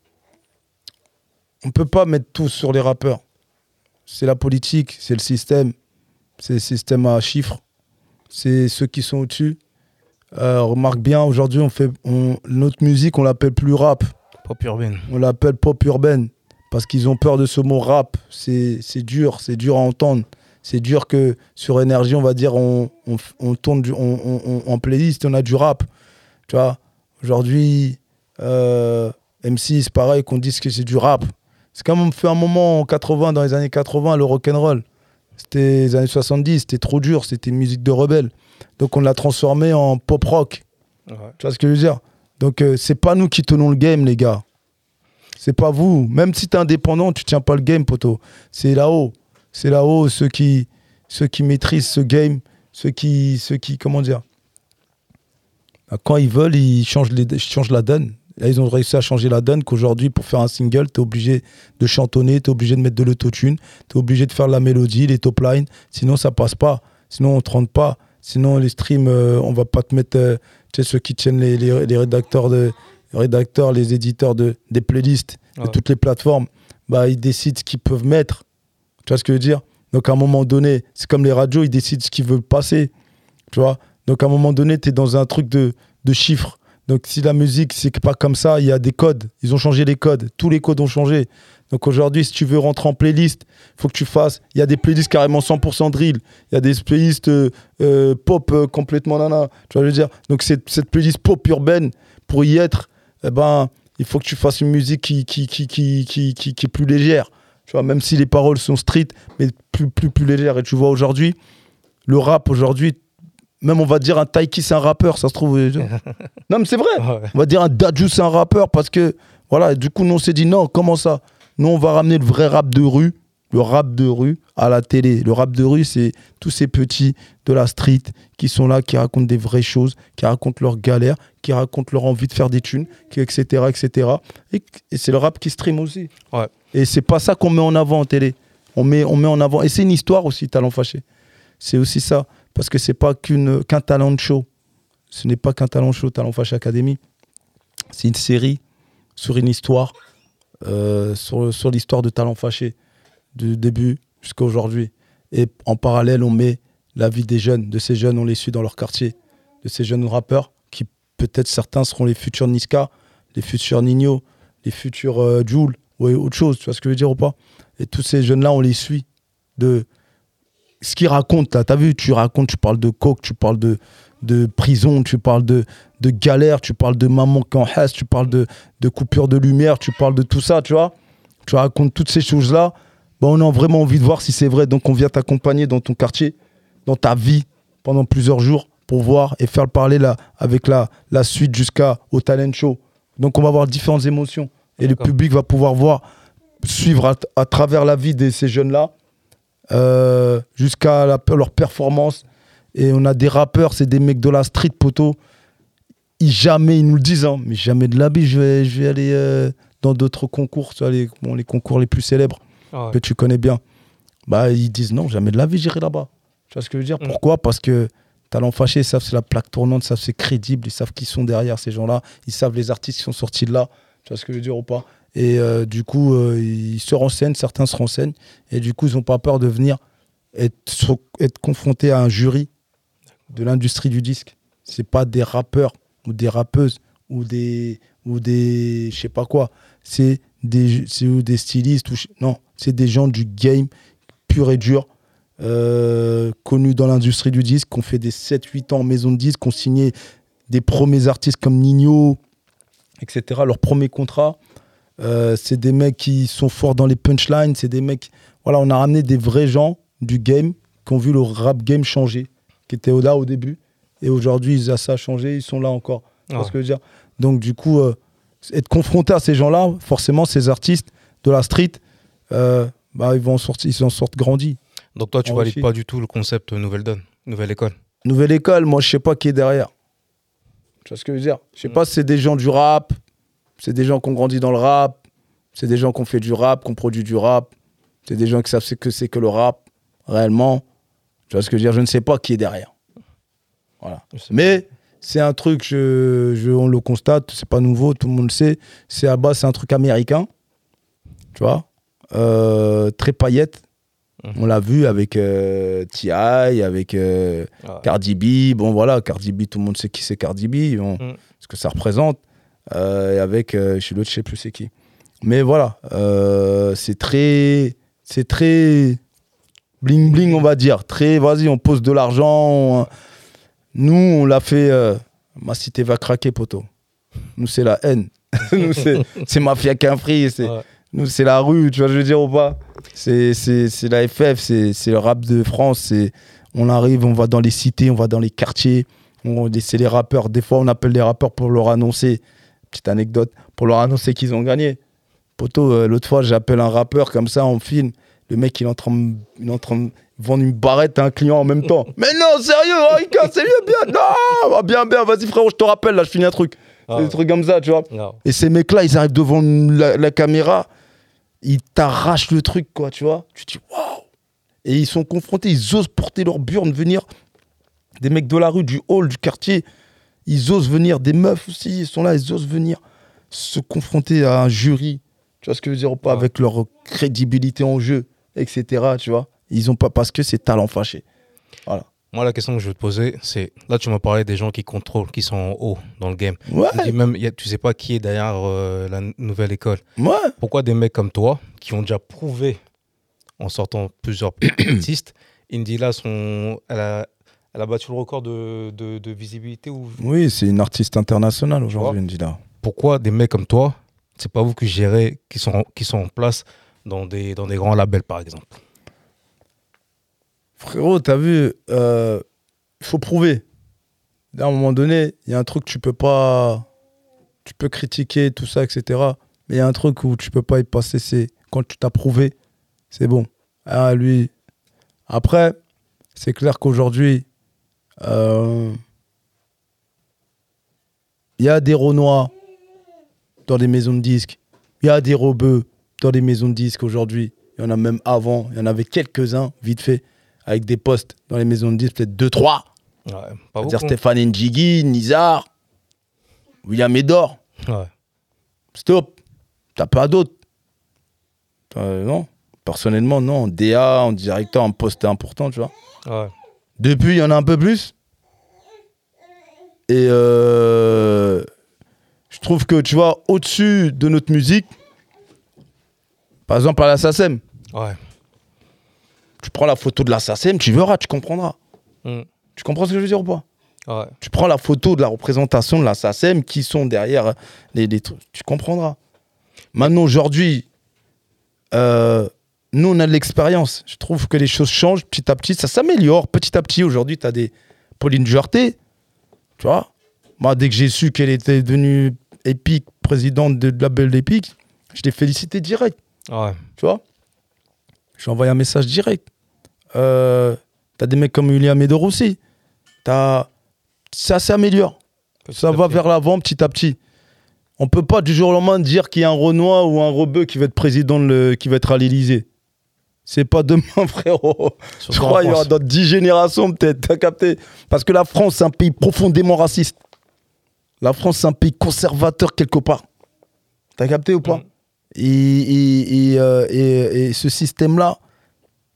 On peut pas mettre tout sur les rappeurs. C'est la politique, c'est le système. C'est le système à chiffres. C'est ceux qui sont au-dessus. Euh, remarque bien, aujourd'hui, on fait, on, notre musique, on l'appelle plus rap. Pop urbaine. On l'appelle pop urbaine. Parce qu'ils ont peur de ce mot rap. C'est, c'est dur, c'est dur à entendre. C'est dur que sur Énergie, on va dire, on, on, on tourne du, on, on, on, en playlist, on a du rap. Tu vois, aujourd'hui, euh, M six, c'est pareil qu'on dise que c'est du rap. C'est comme on fait un moment en quatre-vingts, dans les années quatre-vingts, le rock'n'roll. C'était les années soixante-dix, c'était trop dur, c'était une musique de rebelle. Donc on l'a transformé en pop rock. Ouais. Tu vois ce que je veux dire? Donc euh, c'est pas nous qui tenons le game, les gars. C'est pas vous. Même si t'es indépendant, tu tiens pas le game, poto. C'est là-haut. C'est là-haut ceux qui, ceux qui maîtrisent ce game, ceux qui, ceux qui, comment dire? Quand ils veulent, ils changent, les, ils changent la donne. Là, ils ont réussi à changer la donne qu'aujourd'hui, pour faire un single, tu es obligé de chantonner, tu es obligé de mettre de l'autotune, tu es obligé de faire la mélodie, les top lines. Sinon, ça passe pas. Sinon, on te rentre pas. Sinon, les streams, euh, on va pas te mettre... Euh, tu sais, ceux qui tiennent les, les, les rédacteurs, de, les rédacteurs, les éditeurs de, des playlists de Ouais. toutes les plateformes, bah, ils décident ce qu'ils peuvent mettre. Tu vois ce que je veux dire? Donc, à un moment donné, c'est comme les radios, ils décident ce qu'ils veulent passer. Tu vois? Donc, à un moment donné, tu es dans un truc de, de chiffres. Donc, si la musique, c'est pas comme ça, il y a des codes. Ils ont changé les codes. Tous les codes ont changé. Donc, aujourd'hui, si tu veux rentrer en playlist, il faut que tu fasses... Il y a des playlists carrément cent pour cent drill. Il y a des playlists euh, euh, pop euh, complètement nana. Tu vois, je veux dire. Donc, cette, cette playlist pop urbaine, pour y être, eh ben, il faut que tu fasses une musique qui, qui, qui, qui, qui, qui, qui est plus légère. Tu vois, même si les paroles sont street, mais plus, plus, plus légères. Et tu vois, aujourd'hui, le rap, aujourd'hui... Même on va dire un Taiki c'est un rappeur, ça se trouve. Non mais c'est vrai. Ouais. On va dire un Dadju c'est un rappeur parce que voilà. Du coup nous on s'est dit non, comment ça? Nous on va ramener le vrai rap de rue, le rap de rue à la télé. Le rap de rue c'est tous ces petits de la street qui sont là, qui racontent des vraies choses, qui racontent leurs galères, qui racontent leur envie de faire des thunes, qui, et cetera et cetera. Et, et c'est le rap qui stream aussi. Ouais. Et c'est pas ça qu'on met en avant en télé. On met on met en avant et c'est une histoire aussi Talent Fâché. C'est aussi ça. Parce que c'est pas qu'une, qu'un talent de show. Ce n'est pas qu'un talent show, Talent Fâché Academy. C'est une série sur une histoire, euh, sur, sur l'histoire de Talent Fâché, du début jusqu'à aujourd'hui. Et en parallèle, on met la vie des jeunes. De ces jeunes, on les suit dans leur quartier. De ces jeunes rappeurs, qui peut-être certains seront les futurs Niska, les futurs Nino, les futurs euh, Jul, ou autre chose. Tu vois ce que je veux dire ou pas? Et tous ces jeunes-là, on les suit de... Ce qu'ils racontent, là, t'as vu, tu racontes, tu parles de coke, tu parles de, de prison, tu parles de, de galère, tu parles de maman qui en reste, tu parles de, de coupure de lumière, tu parles de tout ça, tu vois. Tu racontes toutes ces choses-là. Ben, on a vraiment envie de voir si c'est vrai. Donc, on vient t'accompagner dans ton quartier, dans ta vie, pendant plusieurs jours, pour voir et faire le parler là, avec la, la suite jusqu'au talent show. Donc, on va avoir différentes émotions. Et D'accord. Le public va pouvoir voir, suivre à, à travers la vie de ces jeunes-là, Euh, jusqu'à la, leur performance. Et on a des rappeurs, c'est des mecs de la street, poteau. Ils jamais, ils nous le disent, hein, mais jamais de la vie, je vais, je vais aller euh, dans d'autres concours, tu vois, les, bon, les concours les plus célèbres ah ouais. que tu connais bien. Bah, ils disent non, jamais de la vie, j'irai là-bas. Tu vois ce que je veux dire? mmh. Pourquoi? Parce que Talent Fâché, ils savent c'est la plaque tournante, ils savent c'est crédible, ils savent qui sont derrière ces gens-là, ils savent les artistes qui sont sortis de là. Tu vois ce que je veux dire ou pas? Et euh, du coup, euh, ils se renseignent, certains se renseignent, et du coup, ils n'ont pas peur de venir être, être confronté à un jury de l'industrie du disque. C'est pas des rappeurs ou des rappeuses ou des ou des je sais pas quoi. C'est des c'est ou des stylistes ou non, c'est des gens du game pur et dur, euh, connus dans l'industrie du disque, qui ont fait des sept huit ans en maison de disque, qui ont signé des premiers artistes comme Nino, et cetera. Leur premier contrat, euh, c'est des mecs qui sont forts dans les punchlines, c'est des mecs. Voilà, on a ramené des vrais gens du game qui ont vu le rap game changer, qui étaient là au début. Et aujourd'hui, ça a changé, ils sont là encore. Tu vois ce que je veux dire ? Donc, du coup, euh, être confronté à ces gens-là, forcément, ces artistes de la street, euh, bah, ils, vont en sortir, ils en sortent grandis. Donc, toi, tu Enrichi. valides pas du tout le concept Nouvelle Donne, Nouvelle École. Nouvelle École, moi, je sais pas qui est derrière. Tu vois ce que je veux dire ? Je sais mmh. pas si c'est des gens du rap, c'est des gens qui ont grandi dans le rap, c'est des gens qui ont fait du rap, qui ont produit du rap, c'est des gens qui savent ce que c'est que le rap, réellement. Tu vois ce que je veux dire ? Je ne sais pas qui est derrière. Voilà. Mais c'est un truc, je, je, on le constate, c'est pas nouveau, tout le monde le sait. C'est à base, c'est un truc américain, tu vois, euh, très paillette. Mmh. On l'a vu avec euh, T I, avec euh, ah. Cardi B. Bon voilà, Cardi B, tout le monde sait qui c'est Cardi B, bon, mmh. ce que ça représente. Euh, et avec, euh, chez l'autre, je sais plus c'est qui. Mais voilà, euh, c'est très, c'est très bling bling, on va dire. Très, vas-y, on pose de l'argent. On, Nous, on l'a fait. Euh, ma cité va craquer, poteau. Nous, c'est la haine. Nous, c'est, c'est Mafia Quinfri. C'est, ouais. Nous, c'est la rue, tu vois, je veux dire ou pas ? C'est, c'est, c'est la F F, c'est, c'est le rap de France. C'est, on arrive, on va dans les cités, on va dans les quartiers. On, c'est les rappeurs. Des fois, on appelle les rappeurs pour leur annoncer, petite anecdote, pour leur annoncer qu'ils ont gagné. Poteau, euh, l'autre fois, j'appelle un rappeur comme ça, on filme. Le mec, il est en train, il est en train de vendre une barrette à un client en même temps. Mais non, sérieux, Rika, c'est mieux, bien. Non, bien, bien, vas-y, frérot, je te rappelle, là, je finis un truc. Ah, c'est des trucs comme ça, tu vois. Non. Et ces mecs-là, ils arrivent devant la, la caméra, ils t'arrachent le truc, quoi, tu vois. Tu te dis, waouh. Et ils sont confrontés, ils osent porter leur burne, venir. Des mecs de la rue, du hall, du quartier, ils osent venir. Des meufs aussi, ils sont là, ils osent venir se confronter à un jury. Tu vois ce que je veux dire ou pas, ouais. Avec leur crédibilité en jeu, et cetera. Tu vois, ils ont pas parce que c'est talent fâché. Voilà. Moi, la question que je veux te poser, c'est là, tu m'as parlé des gens qui contrôlent, qui sont en haut dans le game. Ouais. Tu dis même, y a, tu sais pas qui est derrière euh, la nouvelle école. Ouais. Pourquoi des mecs comme toi, qui ont déjà prouvé en sortant plusieurs artistes, Indila, son, elle a, elle a battu le record de, de, de visibilité ou... Oui, c'est une artiste internationale aujourd'hui, Indila. Pourquoi des mecs comme toi, c'est pas vous qui gérez, qui sont, qui sont en place dans des, dans des grands labels, par exemple? Frérot, t'as vu, il euh, faut prouver. À un moment donné, il y a un truc que tu peux pas... Tu peux critiquer, tout ça, et cetera. Mais il y a un truc où tu peux pas y passer, c'est quand tu t'as prouvé, c'est bon. Ah, lui... Après, c'est clair qu'aujourd'hui, euh, il y a des Renois dans des maisons de disques. Il y a des Rebeux dans des maisons de disques aujourd'hui. Il y en a même avant. Il y en avait quelques-uns, vite fait, avec des postes dans les maisons de disques, peut-être deux, trois. Ouais, pas C'est-à-dire Stéphane Njigui, Nizar, William Edor. Ouais. Stop. T'as pas d'autres. Euh, non. Personnellement, non. D A, en directeur, en poste important, tu vois. Ouais. Depuis, il y en a un peu plus. Et euh, je trouve que, tu vois, au-dessus de notre musique, par exemple, à la SACEM. Ouais. Tu prends la photo de la SACEM, tu verras, tu comprendras. Mm. Tu comprends ce que je veux dire ou pas? Ouais. Tu prends la photo de la représentation de la SACEM, qui sont derrière les, les trucs, tu comprendras. Maintenant, aujourd'hui, euh, nous, on a de l'expérience. Je trouve que les choses changent petit à petit, ça s'améliore petit à petit. Aujourd'hui, tu as des Pauline Duarté, tu vois. Moi, dès que j'ai su qu'elle était devenue Epic, présidente de, de la Belle d'Epic, je l'ai félicité direct. Ouais. Tu vois. Je lui ai envoyé un message direct. Euh, tu as des mecs comme William Edor aussi. T'as... Ça s'améliore. Petit ça va petit. Vers l'avant petit à petit. On ne peut pas du jour au lendemain dire qu'il y a un Renoir ou un Rebeu qui va être président, le, qui va être à l'Élysée. C'est pas demain, frérot. Surtout je crois qu'il y aura dans dix générations peut-être. T'as capté? Parce que la France, c'est un pays profondément raciste. La France, c'est un pays conservateur quelque part. T'as capté ou pas? mmh. et, et, et, euh, et, et ce système-là,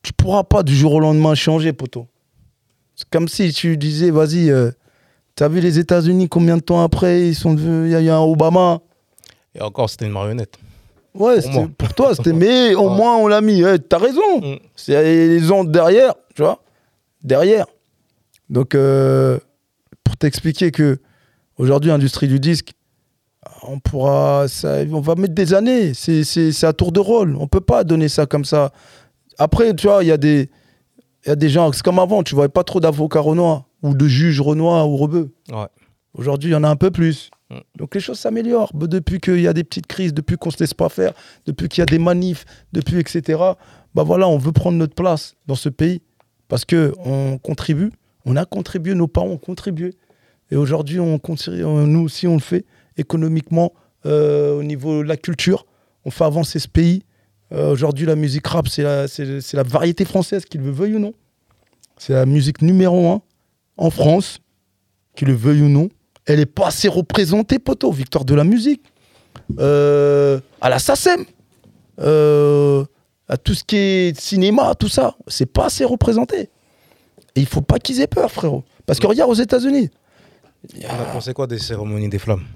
tu pourras pas du jour au lendemain changer, poteau. C'est comme si tu disais, vas-y, euh, t'as vu les États-Unis, combien de temps après, ils sont il y a eu un Obama. Et encore, c'était une marionnette. Ouais, pour, pour toi, c'était. Mais au ouais. moins, on l'a mis. Ouais, t'as raison. Mm. C'est les ondes derrière, tu vois. Derrière. Donc, euh, pour t'expliquer que aujourd'hui, l'industrie du disque, on pourra. Ça, on va mettre des années. C'est à tour de rôle. On peut pas donner ça comme ça. Après, tu vois, il y a des. Il y a des gens, c'est comme avant, tu voyais pas trop d'avocats renois ou de juges renois ou rebeux. Ouais. Aujourd'hui, il y en a un peu plus. Mm. Donc les choses s'améliorent. Depuis qu'il y a des petites crises, depuis qu'on ne se laisse pas faire, depuis qu'il y a des manifs, depuis et cetera. Bah voilà, on veut prendre notre place dans ce pays parce qu'on contribue. On a contribué, nos parents ont contribué. Et aujourd'hui, on continue, nous aussi, on le fait économiquement, euh, au niveau de la culture. On fait avancer ce pays. Euh, aujourd'hui, la musique rap, c'est la, la variété française, qu'il le veuille ou non. C'est la musique numéro un en France, qu'il le veuille ou non. Elle n'est pas assez représentée, poteau. Victoire de la musique. Euh, à la SACEM. Euh, à tout ce qui est cinéma, tout ça. C'est pas assez représenté. Et il ne faut pas qu'ils aient peur, frérot. Parce que regarde aux États-Unis. On a pensé quoi des cérémonies des flammes?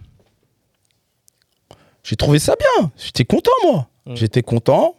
J'ai trouvé ça bien. J'étais content, moi. Mmh. J'étais content.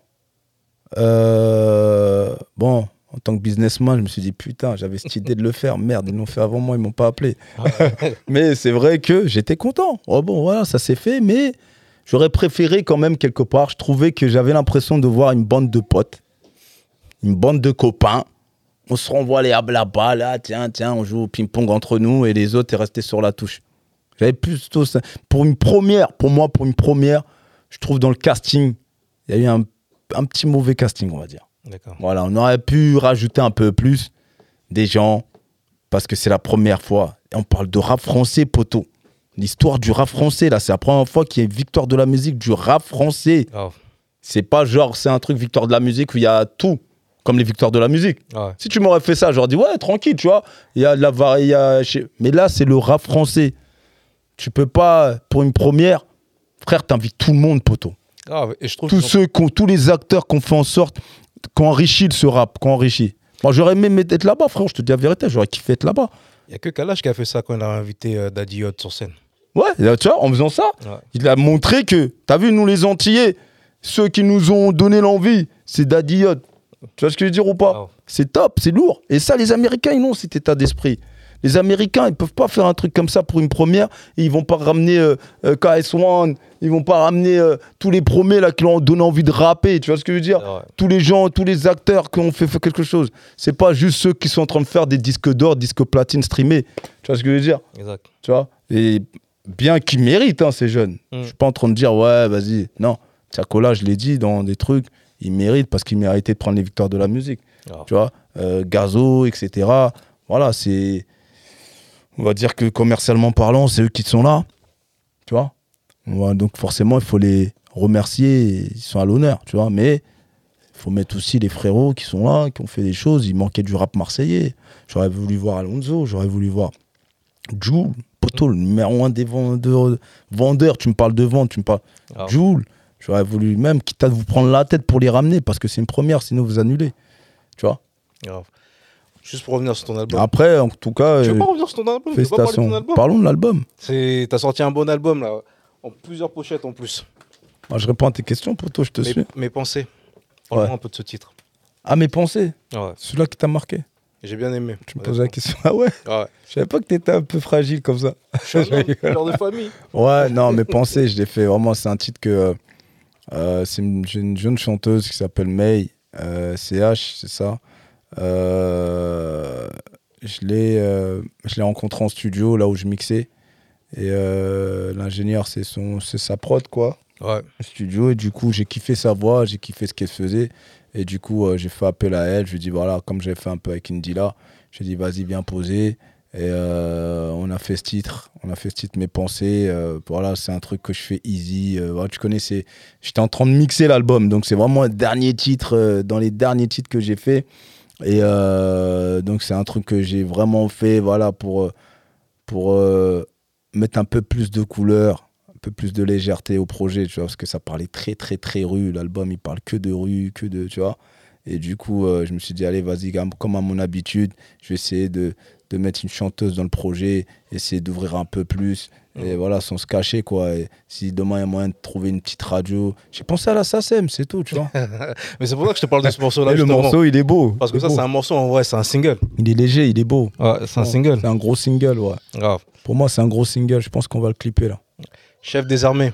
Euh, bon, en tant que businessman, je me suis dit, putain, j'avais cette idée de le faire. Merde, ils l'ont fait avant moi, ils ne m'ont pas appelé. Mais c'est vrai que j'étais content. Oh bon, voilà, ça s'est fait. Mais j'aurais préféré quand même, quelque part, je trouvais que j'avais l'impression de voir une bande de potes, une bande de copains. On se renvoie les là-bas, là, tiens, tiens, on joue au ping-pong entre nous et les autres est resté sur la touche. J'avais plutôt ça. Pour une première, pour moi, pour une première, je trouve dans le casting, il y a eu un, un petit mauvais casting, on va dire. D'accord. Voilà, on aurait pu rajouter un peu plus des gens, parce que c'est la première fois. Et on parle de rap français, poteau. L'histoire du rap français, là, c'est la première fois qu'il y a une victoire de la musique du rap français. Oh. C'est pas genre, c'est un truc victoire de la musique où il y a tout, comme les victoires de la musique. Ouais. Si tu m'aurais fait ça, j'aurais dit, ouais, tranquille, tu vois. Il y a de la variété. Mais là, c'est le rap français. Tu peux pas, pour une première, frère, t'invites tout le monde, poteau. Ah, et je trouve tous, ceux tous les acteurs qu'on fait en sorte, qu'on enrichit ce rap, qu'on enrichit. Moi, j'aurais aimé être là-bas, frère, je te dis la vérité, j'aurais kiffé être là-bas. Il n'y a que Kalash qui a fait ça quand il a invité euh, Daddy Yacht sur scène. Ouais, là, tu vois, en faisant ça, ouais. Il a montré que, t'as vu, nous les Antillais, ceux qui nous ont donné l'envie, c'est Daddy Yacht. Tu vois ce que je veux dire ou pas? Oh. C'est top, c'est lourd. Et ça, les Américains, ils ont cet état d'esprit. Les Américains, ils peuvent pas faire un truc comme ça pour une première et ils vont pas ramener euh, euh, K S un, ils vont pas ramener euh, tous les premiers là qui leur ont donné envie de rapper, tu vois ce que je veux dire? Ouais. Tous les gens, tous les acteurs qui ont fait, fait quelque chose. C'est pas juste ceux qui sont en train de faire des disques d'or, disques platine streamés. Tu vois ce que je veux dire? Exact. Tu vois? Et bien qu'ils méritent, hein, ces jeunes. Mm. Je suis pas en train de dire, ouais, vas-y. Non, Tiakola, je l'ai dit dans des trucs, ils méritent parce qu'ils méritaient de prendre les victoires de la musique. Oh. Tu vois? Euh, Gazo, et cetera. Voilà, c'est... On va dire que commercialement parlant, c'est eux qui sont là. Tu vois? Ouais, donc forcément, il faut les remercier. Ils sont à l'honneur, tu vois. Mais il faut mettre aussi les frérots qui sont là, qui ont fait des choses. Il manquait du rap marseillais. J'aurais voulu voir Alonso, j'aurais voulu voir Jul, Poto, le numéro un des vendeurs. vendeurs. Tu me parles de vente, tu me parles. Oh. Jul. J'aurais voulu même, quitte à vous prendre la tête pour les ramener, parce que c'est une première, sinon vous annulez. Tu vois? Oh. Juste pour revenir sur ton album. Après, en tout cas, tu veux pas revenir sur ton album? Félicitations. De ton album. Parlons de l'album. T'as sorti un bon album, là, en plusieurs pochettes en plus. Moi, je réponds à tes questions, poto, je te mes, suis. Mes pensées. Parle-moi ouais. un peu de ce titre. Ah, mes pensées? Ouais. Celui-là qui t'a marqué? J'ai bien aimé. Tu me posais la question. Ah ouais? Ouais. Je savais pas que t'étais un peu fragile comme ça. Je suis un genre de famille. Ouais, non, mes pensées, je l'ai fait. Vraiment, c'est un titre que... Euh, c'est une, une jeune chanteuse qui s'appelle May. Euh, C H, c'est ça. Euh, je l'ai euh, je l'ai rencontré en studio là où je mixais et euh, l'ingénieur c'est son c'est sa prod quoi, ouais. Studio, et du coup j'ai kiffé sa voix, j'ai kiffé ce qu'elle faisait et du coup euh, j'ai fait appel à elle. Je lui ai dit voilà, comme j'avais fait un peu avec Indila, je lui ai dit vas-y viens poser et euh, on a fait ce titre on a fait ce titre Mes pensées. Euh, voilà, c'est un truc que je fais easy. Euh, voilà, tu connais, c'est j'étais en train de mixer l'album, donc c'est vraiment un dernier titre euh, dans les derniers titres que j'ai fait. Et euh, donc c'est un truc que j'ai vraiment fait, voilà, pour, pour euh, mettre un peu plus de couleur, un peu plus de légèreté au projet, tu vois, parce que ça parlait très très très rue, l'album il parle que de rue, que de, tu vois. Et du coup, euh, je me suis dit, allez, vas-y, comme à mon habitude, je vais essayer de, de mettre une chanteuse dans le projet, essayer d'ouvrir un peu plus. Et voilà, sans se cacher, quoi. Et si demain, il y a moyen de trouver une petite radio, j'ai pensé à la SACEM, c'est tout, tu vois. Mais c'est pour ça que je te parle de ce morceau-là. Et le morceau, il est beau. Parce que ça, c'est un morceau, en vrai, c'est un single. Il est léger, il est beau. Ouais, c'est un single. C'est un gros single, ouais. Grave. Pour moi, c'est un gros single. Je pense qu'on va le clipper, là. Chef des armées.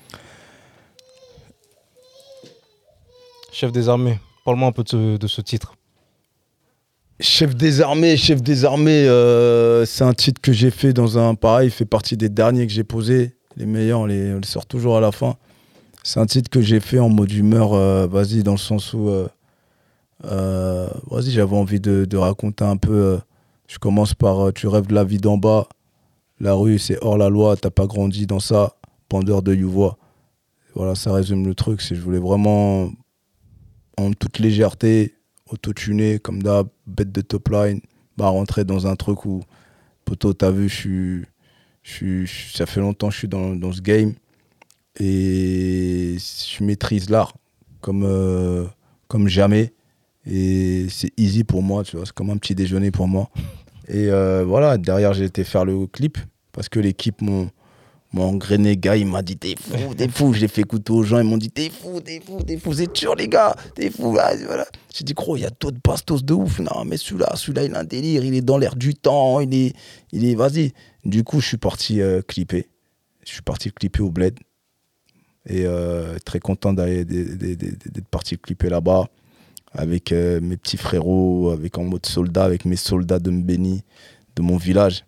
Chef des armées. Parle-moi un peu de ce, de ce titre. Chef des armées, chef des armées, euh, c'est un titre que j'ai fait dans un... Pareil, il fait partie des derniers que j'ai posés. Les meilleurs, on les, on les sort toujours à la fin. C'est un titre que j'ai fait en mode humeur, euh, vas-y, dans le sens où... Euh, euh, vas-y, j'avais envie de, de raconter un peu... Euh, je commence par euh, tu rêves de la vie d'en bas. La rue, c'est hors la loi. T'as pas grandi dans ça. Bandeur de Youvois. Voilà, ça résume le truc. C'est je voulais vraiment, en toute légèreté, auto-tuner, comme d'hab, bête de top line, bah, rentrer dans un truc où, poto, t'as vu, je suis, je suis, ça fait longtemps que je suis dans, dans ce game et je maîtrise l'art comme, euh, comme jamais. Et c'est easy pour moi, tu vois, c'est comme un petit déjeuner pour moi. Et euh, voilà, derrière, j'ai été faire le clip parce que l'équipe m'ont m'ont engrainé, gars, il m'a dit t'es fou, t'es fou. J'ai fait écouter aux gens, ils m'ont dit t'es fou, t'es fou, t'es fou, c'est sûr les gars, t'es fou. Voilà. J'ai dit gros, il y a d'autres bastos de ouf. Non, mais celui-là, celui-là, il a un délire, il est dans l'air du temps, il est, il est, vas-y. Du coup, je suis parti euh, clipper. Je suis parti clipper au Bled. Et euh, très content d'aller, d'être parti clipper là-bas avec euh, mes petits frérots, avec en mode soldat, avec mes soldats de Mbeni, de mon village.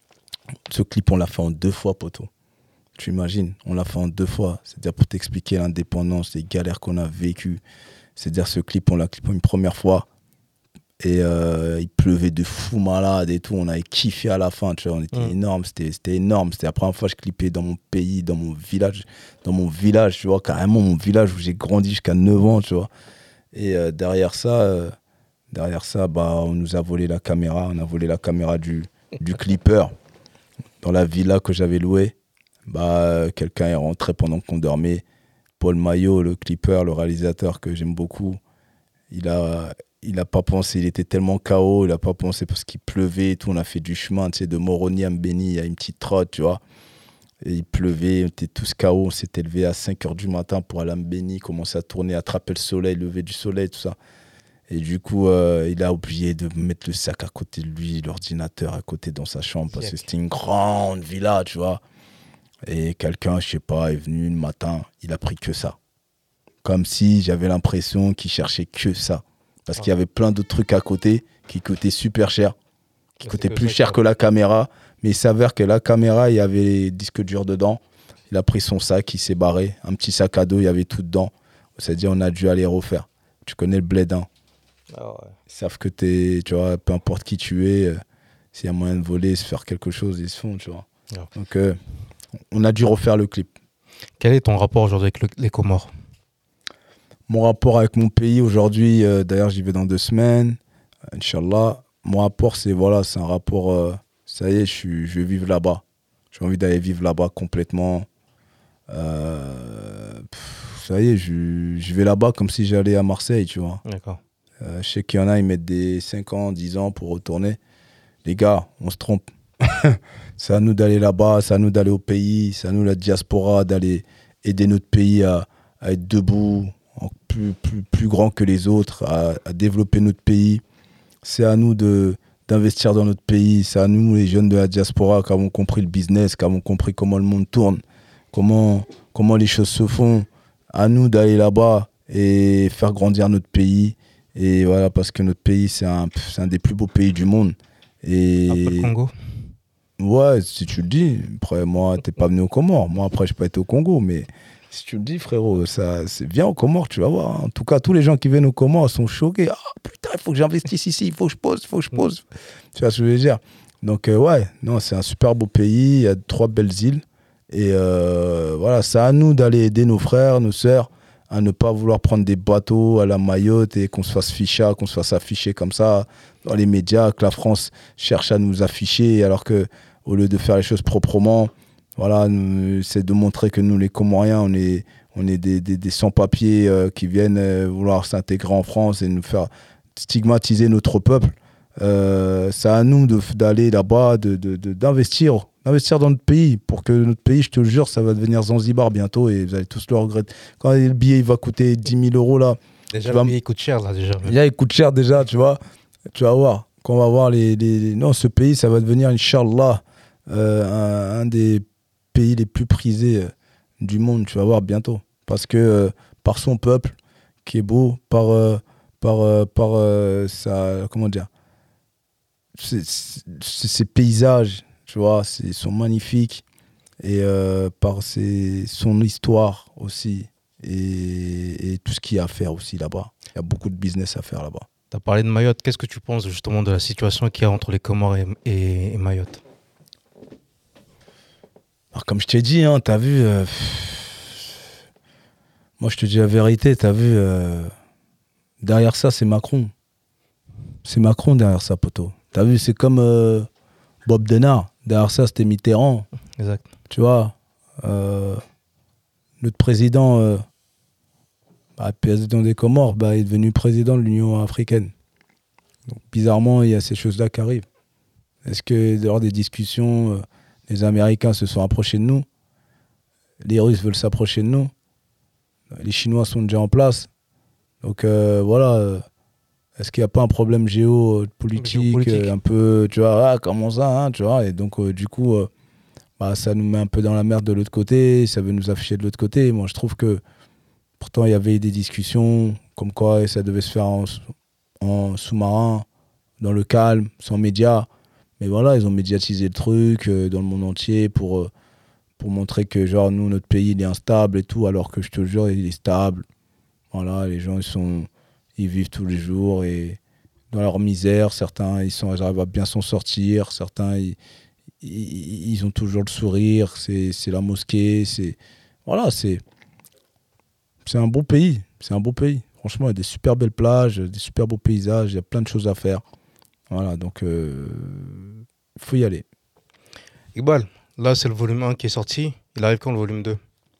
Ce clip, on l'a fait en deux fois, poteau. Tu imagines, on l'a fait en deux fois. C'est-à-dire pour t'expliquer l'indépendance, les galères qu'on a vécues. C'est-à-dire ce clip, on l'a clippé une première fois. Et euh, il pleuvait de fou malade et tout. On avait kiffé à la fin, tu vois. On était mmh. énorme, c'était, c'était énorme. C'était la première fois que je clippais dans mon pays, dans mon village. Dans mon village, tu vois, carrément mon village où j'ai grandi jusqu'à neuf ans, tu vois. Et euh, derrière ça, euh, derrière ça, bah, on nous a volé la caméra. On a volé la caméra du, du clipper dans la villa que j'avais louée. Bah, quelqu'un est rentré pendant qu'on dormait. Paul Maillot, le clipper, le réalisateur que j'aime beaucoup, il a, il a pas pensé, il était tellement K O, il a pas pensé parce qu'il pleuvait et tout. On a fait du chemin, tu sais, de Moroni à Mbeni, il y a une petite trotte, tu vois. Et il pleuvait, on était tous K O, on s'était levé à cinq heures du matin pour aller à Mbeni, commencer à tourner, attraper le soleil, lever du soleil, tout ça. Et du coup, euh, il a oublié de mettre le sac à côté de lui, l'ordinateur à côté dans sa chambre, parce que c'était une grande villa, tu vois. Et quelqu'un, je sais pas, est venu le matin, il a pris que ça. Comme si j'avais l'impression qu'il cherchait que ça. Parce qu'il y avait plein d'autres trucs à côté qui coûtaient super cher, qui coûtaient plus cher que la caméra. Mais il s'avère que la caméra, il y avait les disques durs dedans. Il a pris son sac, il s'est barré. Un petit sac à dos, il y avait tout dedans. C'est-à-dire, on a dû aller refaire. Tu connais le bled, hein. Ah ouais. Ils savent que t'es, tu vois, peu importe qui tu es, euh, s'il y a moyen de voler, se faire quelque chose, ils se font, tu vois. Ouais. Donc, euh, on a dû refaire le clip. Quel est ton rapport aujourd'hui avec le, les Comores ? Mon rapport avec mon pays aujourd'hui, euh, d'ailleurs j'y vais dans deux semaines, euh, Inch'Allah. Mon rapport, c'est voilà, c'est un rapport, euh, ça y est, je, suis, je vais vivre là-bas. J'ai envie d'aller vivre là-bas complètement. Euh, pff, ça y est, je, je vais là-bas comme si j'allais à Marseille, tu vois. D'accord. Euh, je sais qu'il y en a, ils mettent des cinq ans, dix ans pour retourner. Les gars, on se trompe. C'est à nous d'aller là-bas, c'est à nous d'aller au pays, c'est à nous, la diaspora, d'aller aider notre pays à, à être debout, plus, plus, plus grand que les autres, à, à développer notre pays. C'est à nous de, d'investir dans notre pays, c'est à nous, les jeunes de la diaspora, qui avons compris le business, qui avons compris comment le monde tourne, comment, comment les choses se font. À nous d'aller là-bas et faire grandir notre pays. Et voilà, parce que notre pays, c'est un, c'est un des plus beaux pays du monde. Et... Un peu le Congo ? Ouais, si tu le dis. Après, moi, t'es pas venu au Comores. Moi, après, je n'ai pas été au Congo. Mais si tu le dis, frérot, ça, c'est... viens au Comores, tu vas voir. En tout cas, tous les gens qui viennent au Comores sont choqués. Ah, putain, il faut que j'investisse ici, il faut que je pose, il faut que je pose. Tu vois ce que je veux dire ? Donc, euh, ouais, non, c'est un super beau pays. Il y a trois belles îles. Et euh, voilà, c'est à nous d'aller aider nos frères, nos sœurs, à ne pas vouloir prendre des bateaux à la Mayotte et qu'on se fasse ficha, qu'on se fasse afficher comme ça dans les médias, que la France cherche à nous afficher, alors que au lieu de faire les choses proprement, voilà, c'est de montrer que nous, les Comoriens, on est, on est des, des, des sans-papiers euh, qui viennent euh, vouloir s'intégrer en France et nous faire stigmatiser notre peuple. Euh, c'est à nous de, d'aller là-bas, de, de, de, d'investir, d'investir dans notre pays, pour que notre pays, je te le jure, ça va devenir Zanzibar bientôt et vous allez tous le regretter. Quand le billet il va coûter dix mille euros là, Déjà, le vas... billet coûte cher là déjà. Déjà, il coûte cher déjà, tu vois. Tu vas voir. Quand on va voir les, les, les... Non, ce pays, ça va devenir, Inch'Allah, euh, un, un des pays les plus prisés euh, du monde, tu vas voir bientôt. Parce que euh, par son peuple, qui est beau, par, euh, par, euh, par euh, sa... Comment dire c'est, c'est, c'est, ses paysages, tu vois, c'est, ils sont magnifiques. Et euh, par ses, son histoire aussi. Et, et tout ce qu'il y a à faire aussi là-bas. Il y a beaucoup de business à faire là-bas. Tu as parlé de Mayotte. Qu'est-ce que tu penses justement de la situation qu'il y a entre les Comores et, et, et Mayotte? Alors, comme je t'ai dit, hein, tu as vu... Euh, moi, je te dis la vérité, tu as vu... Euh, derrière ça, c'est Macron. C'est Macron derrière ça, poteau. Tu as vu, c'est comme euh, Bob Denard. Derrière ça, c'était Mitterrand. Exact. Tu vois euh, notre président... Euh, Bah, le président des Comores bah, est devenu président de l'Union africaine. Donc, bizarrement, il y a ces choses-là qui arrivent. Est-ce que lors des discussions, euh, les Américains se sont approchés de nous? Les Russes veulent s'approcher de nous? Les Chinois sont déjà en place? Donc euh, voilà, euh, est-ce qu'il n'y a pas un problème géopolitique, géopolitique. euh, un peu, tu vois, ah, comment ça, hein, tu vois? Et donc euh, du coup, euh, bah, ça nous met un peu dans la merde de l'autre côté, ça veut nous afficher de l'autre côté. Moi, je trouve que pourtant, il y avait des discussions comme quoi ça devait se faire en, en sous-marin, dans le calme, sans médias. Mais voilà, ils ont médiatisé le truc euh, dans le monde entier pour, euh, pour montrer que, genre, nous, notre pays, il est instable et tout, alors que je te jure, il est stable. Voilà, les gens, ils, sont, ils vivent tous les jours et dans leur misère. Certains, ils, sont, ils arrivent à bien s'en sortir. Certains, ils, ils, ils ont toujours le sourire. C'est, c'est la mosquée. C'est, voilà, c'est... C'est un beau pays, c'est un beau pays. Franchement, il y a des super belles plages, des super beaux paysages, il y a plein de choses à faire. Voilà, donc il euh, faut y aller. Iqbal, là c'est le volume un qui est sorti. Il arrive quand le volume deux?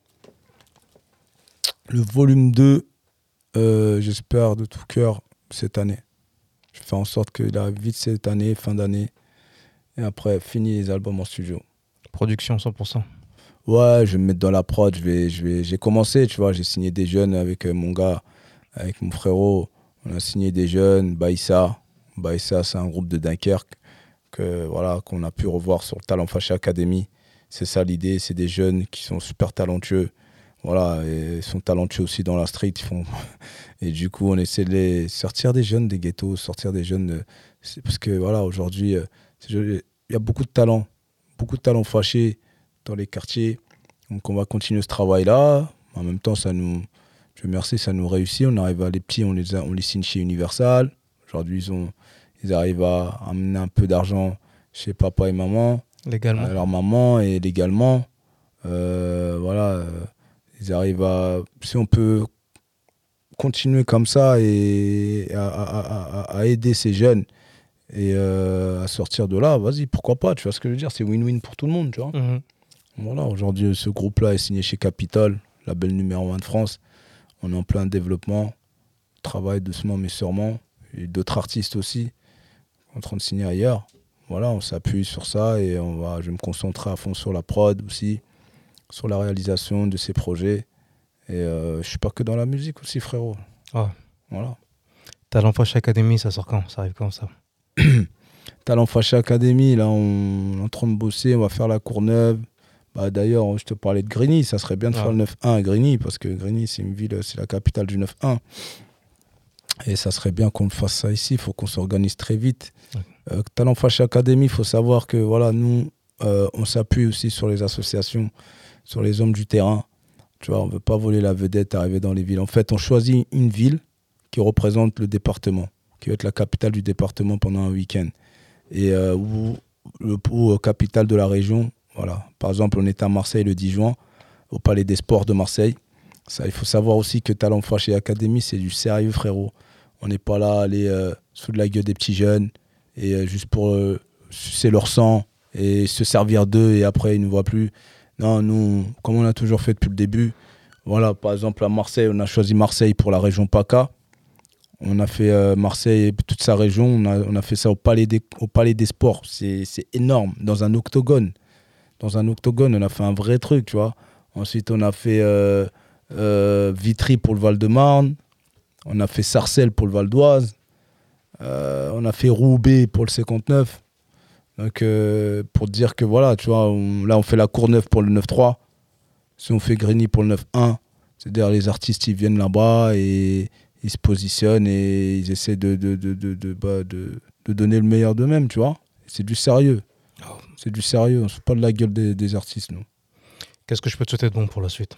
Le volume deux, euh, j'espère de tout cœur cette année. Je fais en sorte qu'il arrive vite cette année, fin d'année. Et après, fini les albums en studio. Production cent pour cent. Ouais, je vais me mettre dans la prod. Je vais, je vais, j'ai commencé, tu vois, j'ai signé des jeunes avec euh, mon gars, avec mon frérot. On a signé des jeunes, Baïssa. Baïssa, c'est un groupe de Dunkerque que, voilà, qu'on a pu revoir sur le Talent Fâché Academy. C'est ça l'idée, c'est des jeunes qui sont super talentueux. Voilà, et ils sont talentueux aussi dans la street. Ils font... Et du coup, on essaie de les sortir des jeunes des ghettos, sortir des jeunes. De... C'est parce que, voilà, aujourd'hui, il y a beaucoup de talents, beaucoup de talents fâchés dans les quartiers. Donc on va continuer ce travail-là. En même temps, ça nous, Dieu merci, ça nous réussit. On arrive à les petits, on les, a, on les signe chez Universal. Aujourd'hui, ils, ont, ils arrivent à amener un peu d'argent chez papa et maman. Légalement. Leur maman et légalement. Euh, voilà. Euh, ils arrivent à... Si on peut continuer comme ça et à, à, à, à aider ces jeunes et euh, à sortir de là, vas-y, pourquoi pas, tu vois ce que je veux dire, c'est win-win pour tout le monde, tu vois. Mmh. Voilà, aujourd'hui, ce groupe-là est signé chez Capitol, label numéro un de France. On est en plein développement, on travaille doucement mais sûrement. Et d'autres artistes aussi, en train de signer ailleurs. Voilà, on s'appuie sur ça et on va, je vais me concentrer à fond sur la prod aussi, sur la réalisation de ces projets. Et euh, je suis pas que dans la musique aussi, frérot. Ah. Voilà. Talent Fâché Academy, ça sort quand? Ça arrive quand ça? Talent Fâché Academy, là, on est en train de bosser, on va faire la Courneuve. Bah, d'ailleurs, je te parlais de Grigny, ça serait bien de ah. faire le neuf un à Grigny, parce que Grigny, c'est une ville, c'est la capitale du neuf un. Et ça serait bien qu'on fasse ça ici, il faut qu'on s'organise très vite. Okay. Euh, Talent Fâché Academy, il faut savoir que voilà, nous, euh, on s'appuie aussi sur les associations, sur les hommes du terrain. Tu vois, on ne veut pas voler la vedette, arriver dans les villes. En fait, on choisit une ville qui représente le département, qui va être la capitale du département pendant un week-end. Et euh, ou, ou, ou capitale de la région. Voilà. Par exemple, on était à Marseille le dix juin, au Palais des Sports de Marseille. Ça, il faut savoir aussi que Talent Fâché Academy, c'est du sérieux, frérot. On n'est pas là à aller euh, sous de la gueule des petits jeunes et euh, juste pour euh, sucer leur sang et se servir d'eux et après ils ne nous voient plus. Non, nous, comme on a toujours fait depuis le début, Voilà, par exemple, à Marseille, on a choisi Marseille pour la région PACA. On a fait euh, Marseille et toute sa région. On a, on a fait ça au Palais des, au Palais des Sports. C'est, c'est énorme, dans un octogone. Dans un octogone, on a fait un vrai truc, tu vois. Ensuite, on a fait euh, euh, Vitry pour le Val-de-Marne. On a fait Sarcelles pour le Val d'Oise. Euh, on a fait Roubaix pour le cinquante-neuf. Donc, euh, pour te dire que voilà, tu vois, on, là, on fait la Courneuve pour le neuf trois. Si on fait Grigny pour le neuf un, c'est-à-dire les artistes, ils viennent là-bas et ils se positionnent et ils essaient de, de, de, de, de, bah, de, de donner le meilleur d'eux-mêmes, tu vois. C'est du sérieux. C'est du sérieux. On ne se fout pas de la gueule des, des artistes, nous. Qu'est-ce que je peux te souhaiter de bon pour la suite?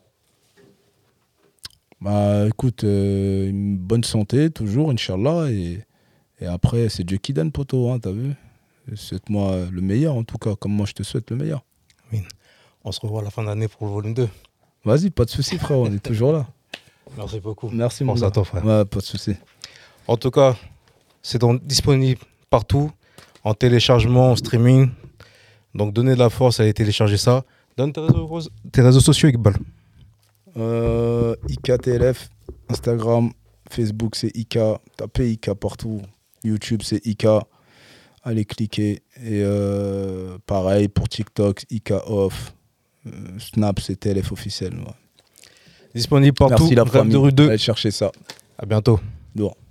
Bah, écoute, euh, une bonne santé, toujours, Inch'Allah. Et, et après, c'est Dieu qui donne, poteau, hein, t'as vu? Souhaite-moi le meilleur, en tout cas, comme moi, je te souhaite le meilleur. Oui. On se revoit à la fin d'année pour le volume deux. Vas-y, pas de souci, frère, on est toujours là. Merci beaucoup. Merci, mon Pense gars. à toi, frère. Ouais, pas de souci. En tout cas, c'est donc disponible partout, en téléchargement, en streaming. Donc, donnez de la force à aller télécharger ça. Donne tes réseaux, tes réseaux sociaux, Iqbal. Euh, I K T L F, Instagram, Facebook, c'est I K. Tapez I K partout. YouTube, c'est I K. Allez cliquer. Et euh, pareil pour TikTok, I K Off. Euh, Snap, c'est T L F officiel. Ouais. Disponible partout. Merci la Rêve famille. de rue deux. Allez chercher ça. À bientôt. Lourd.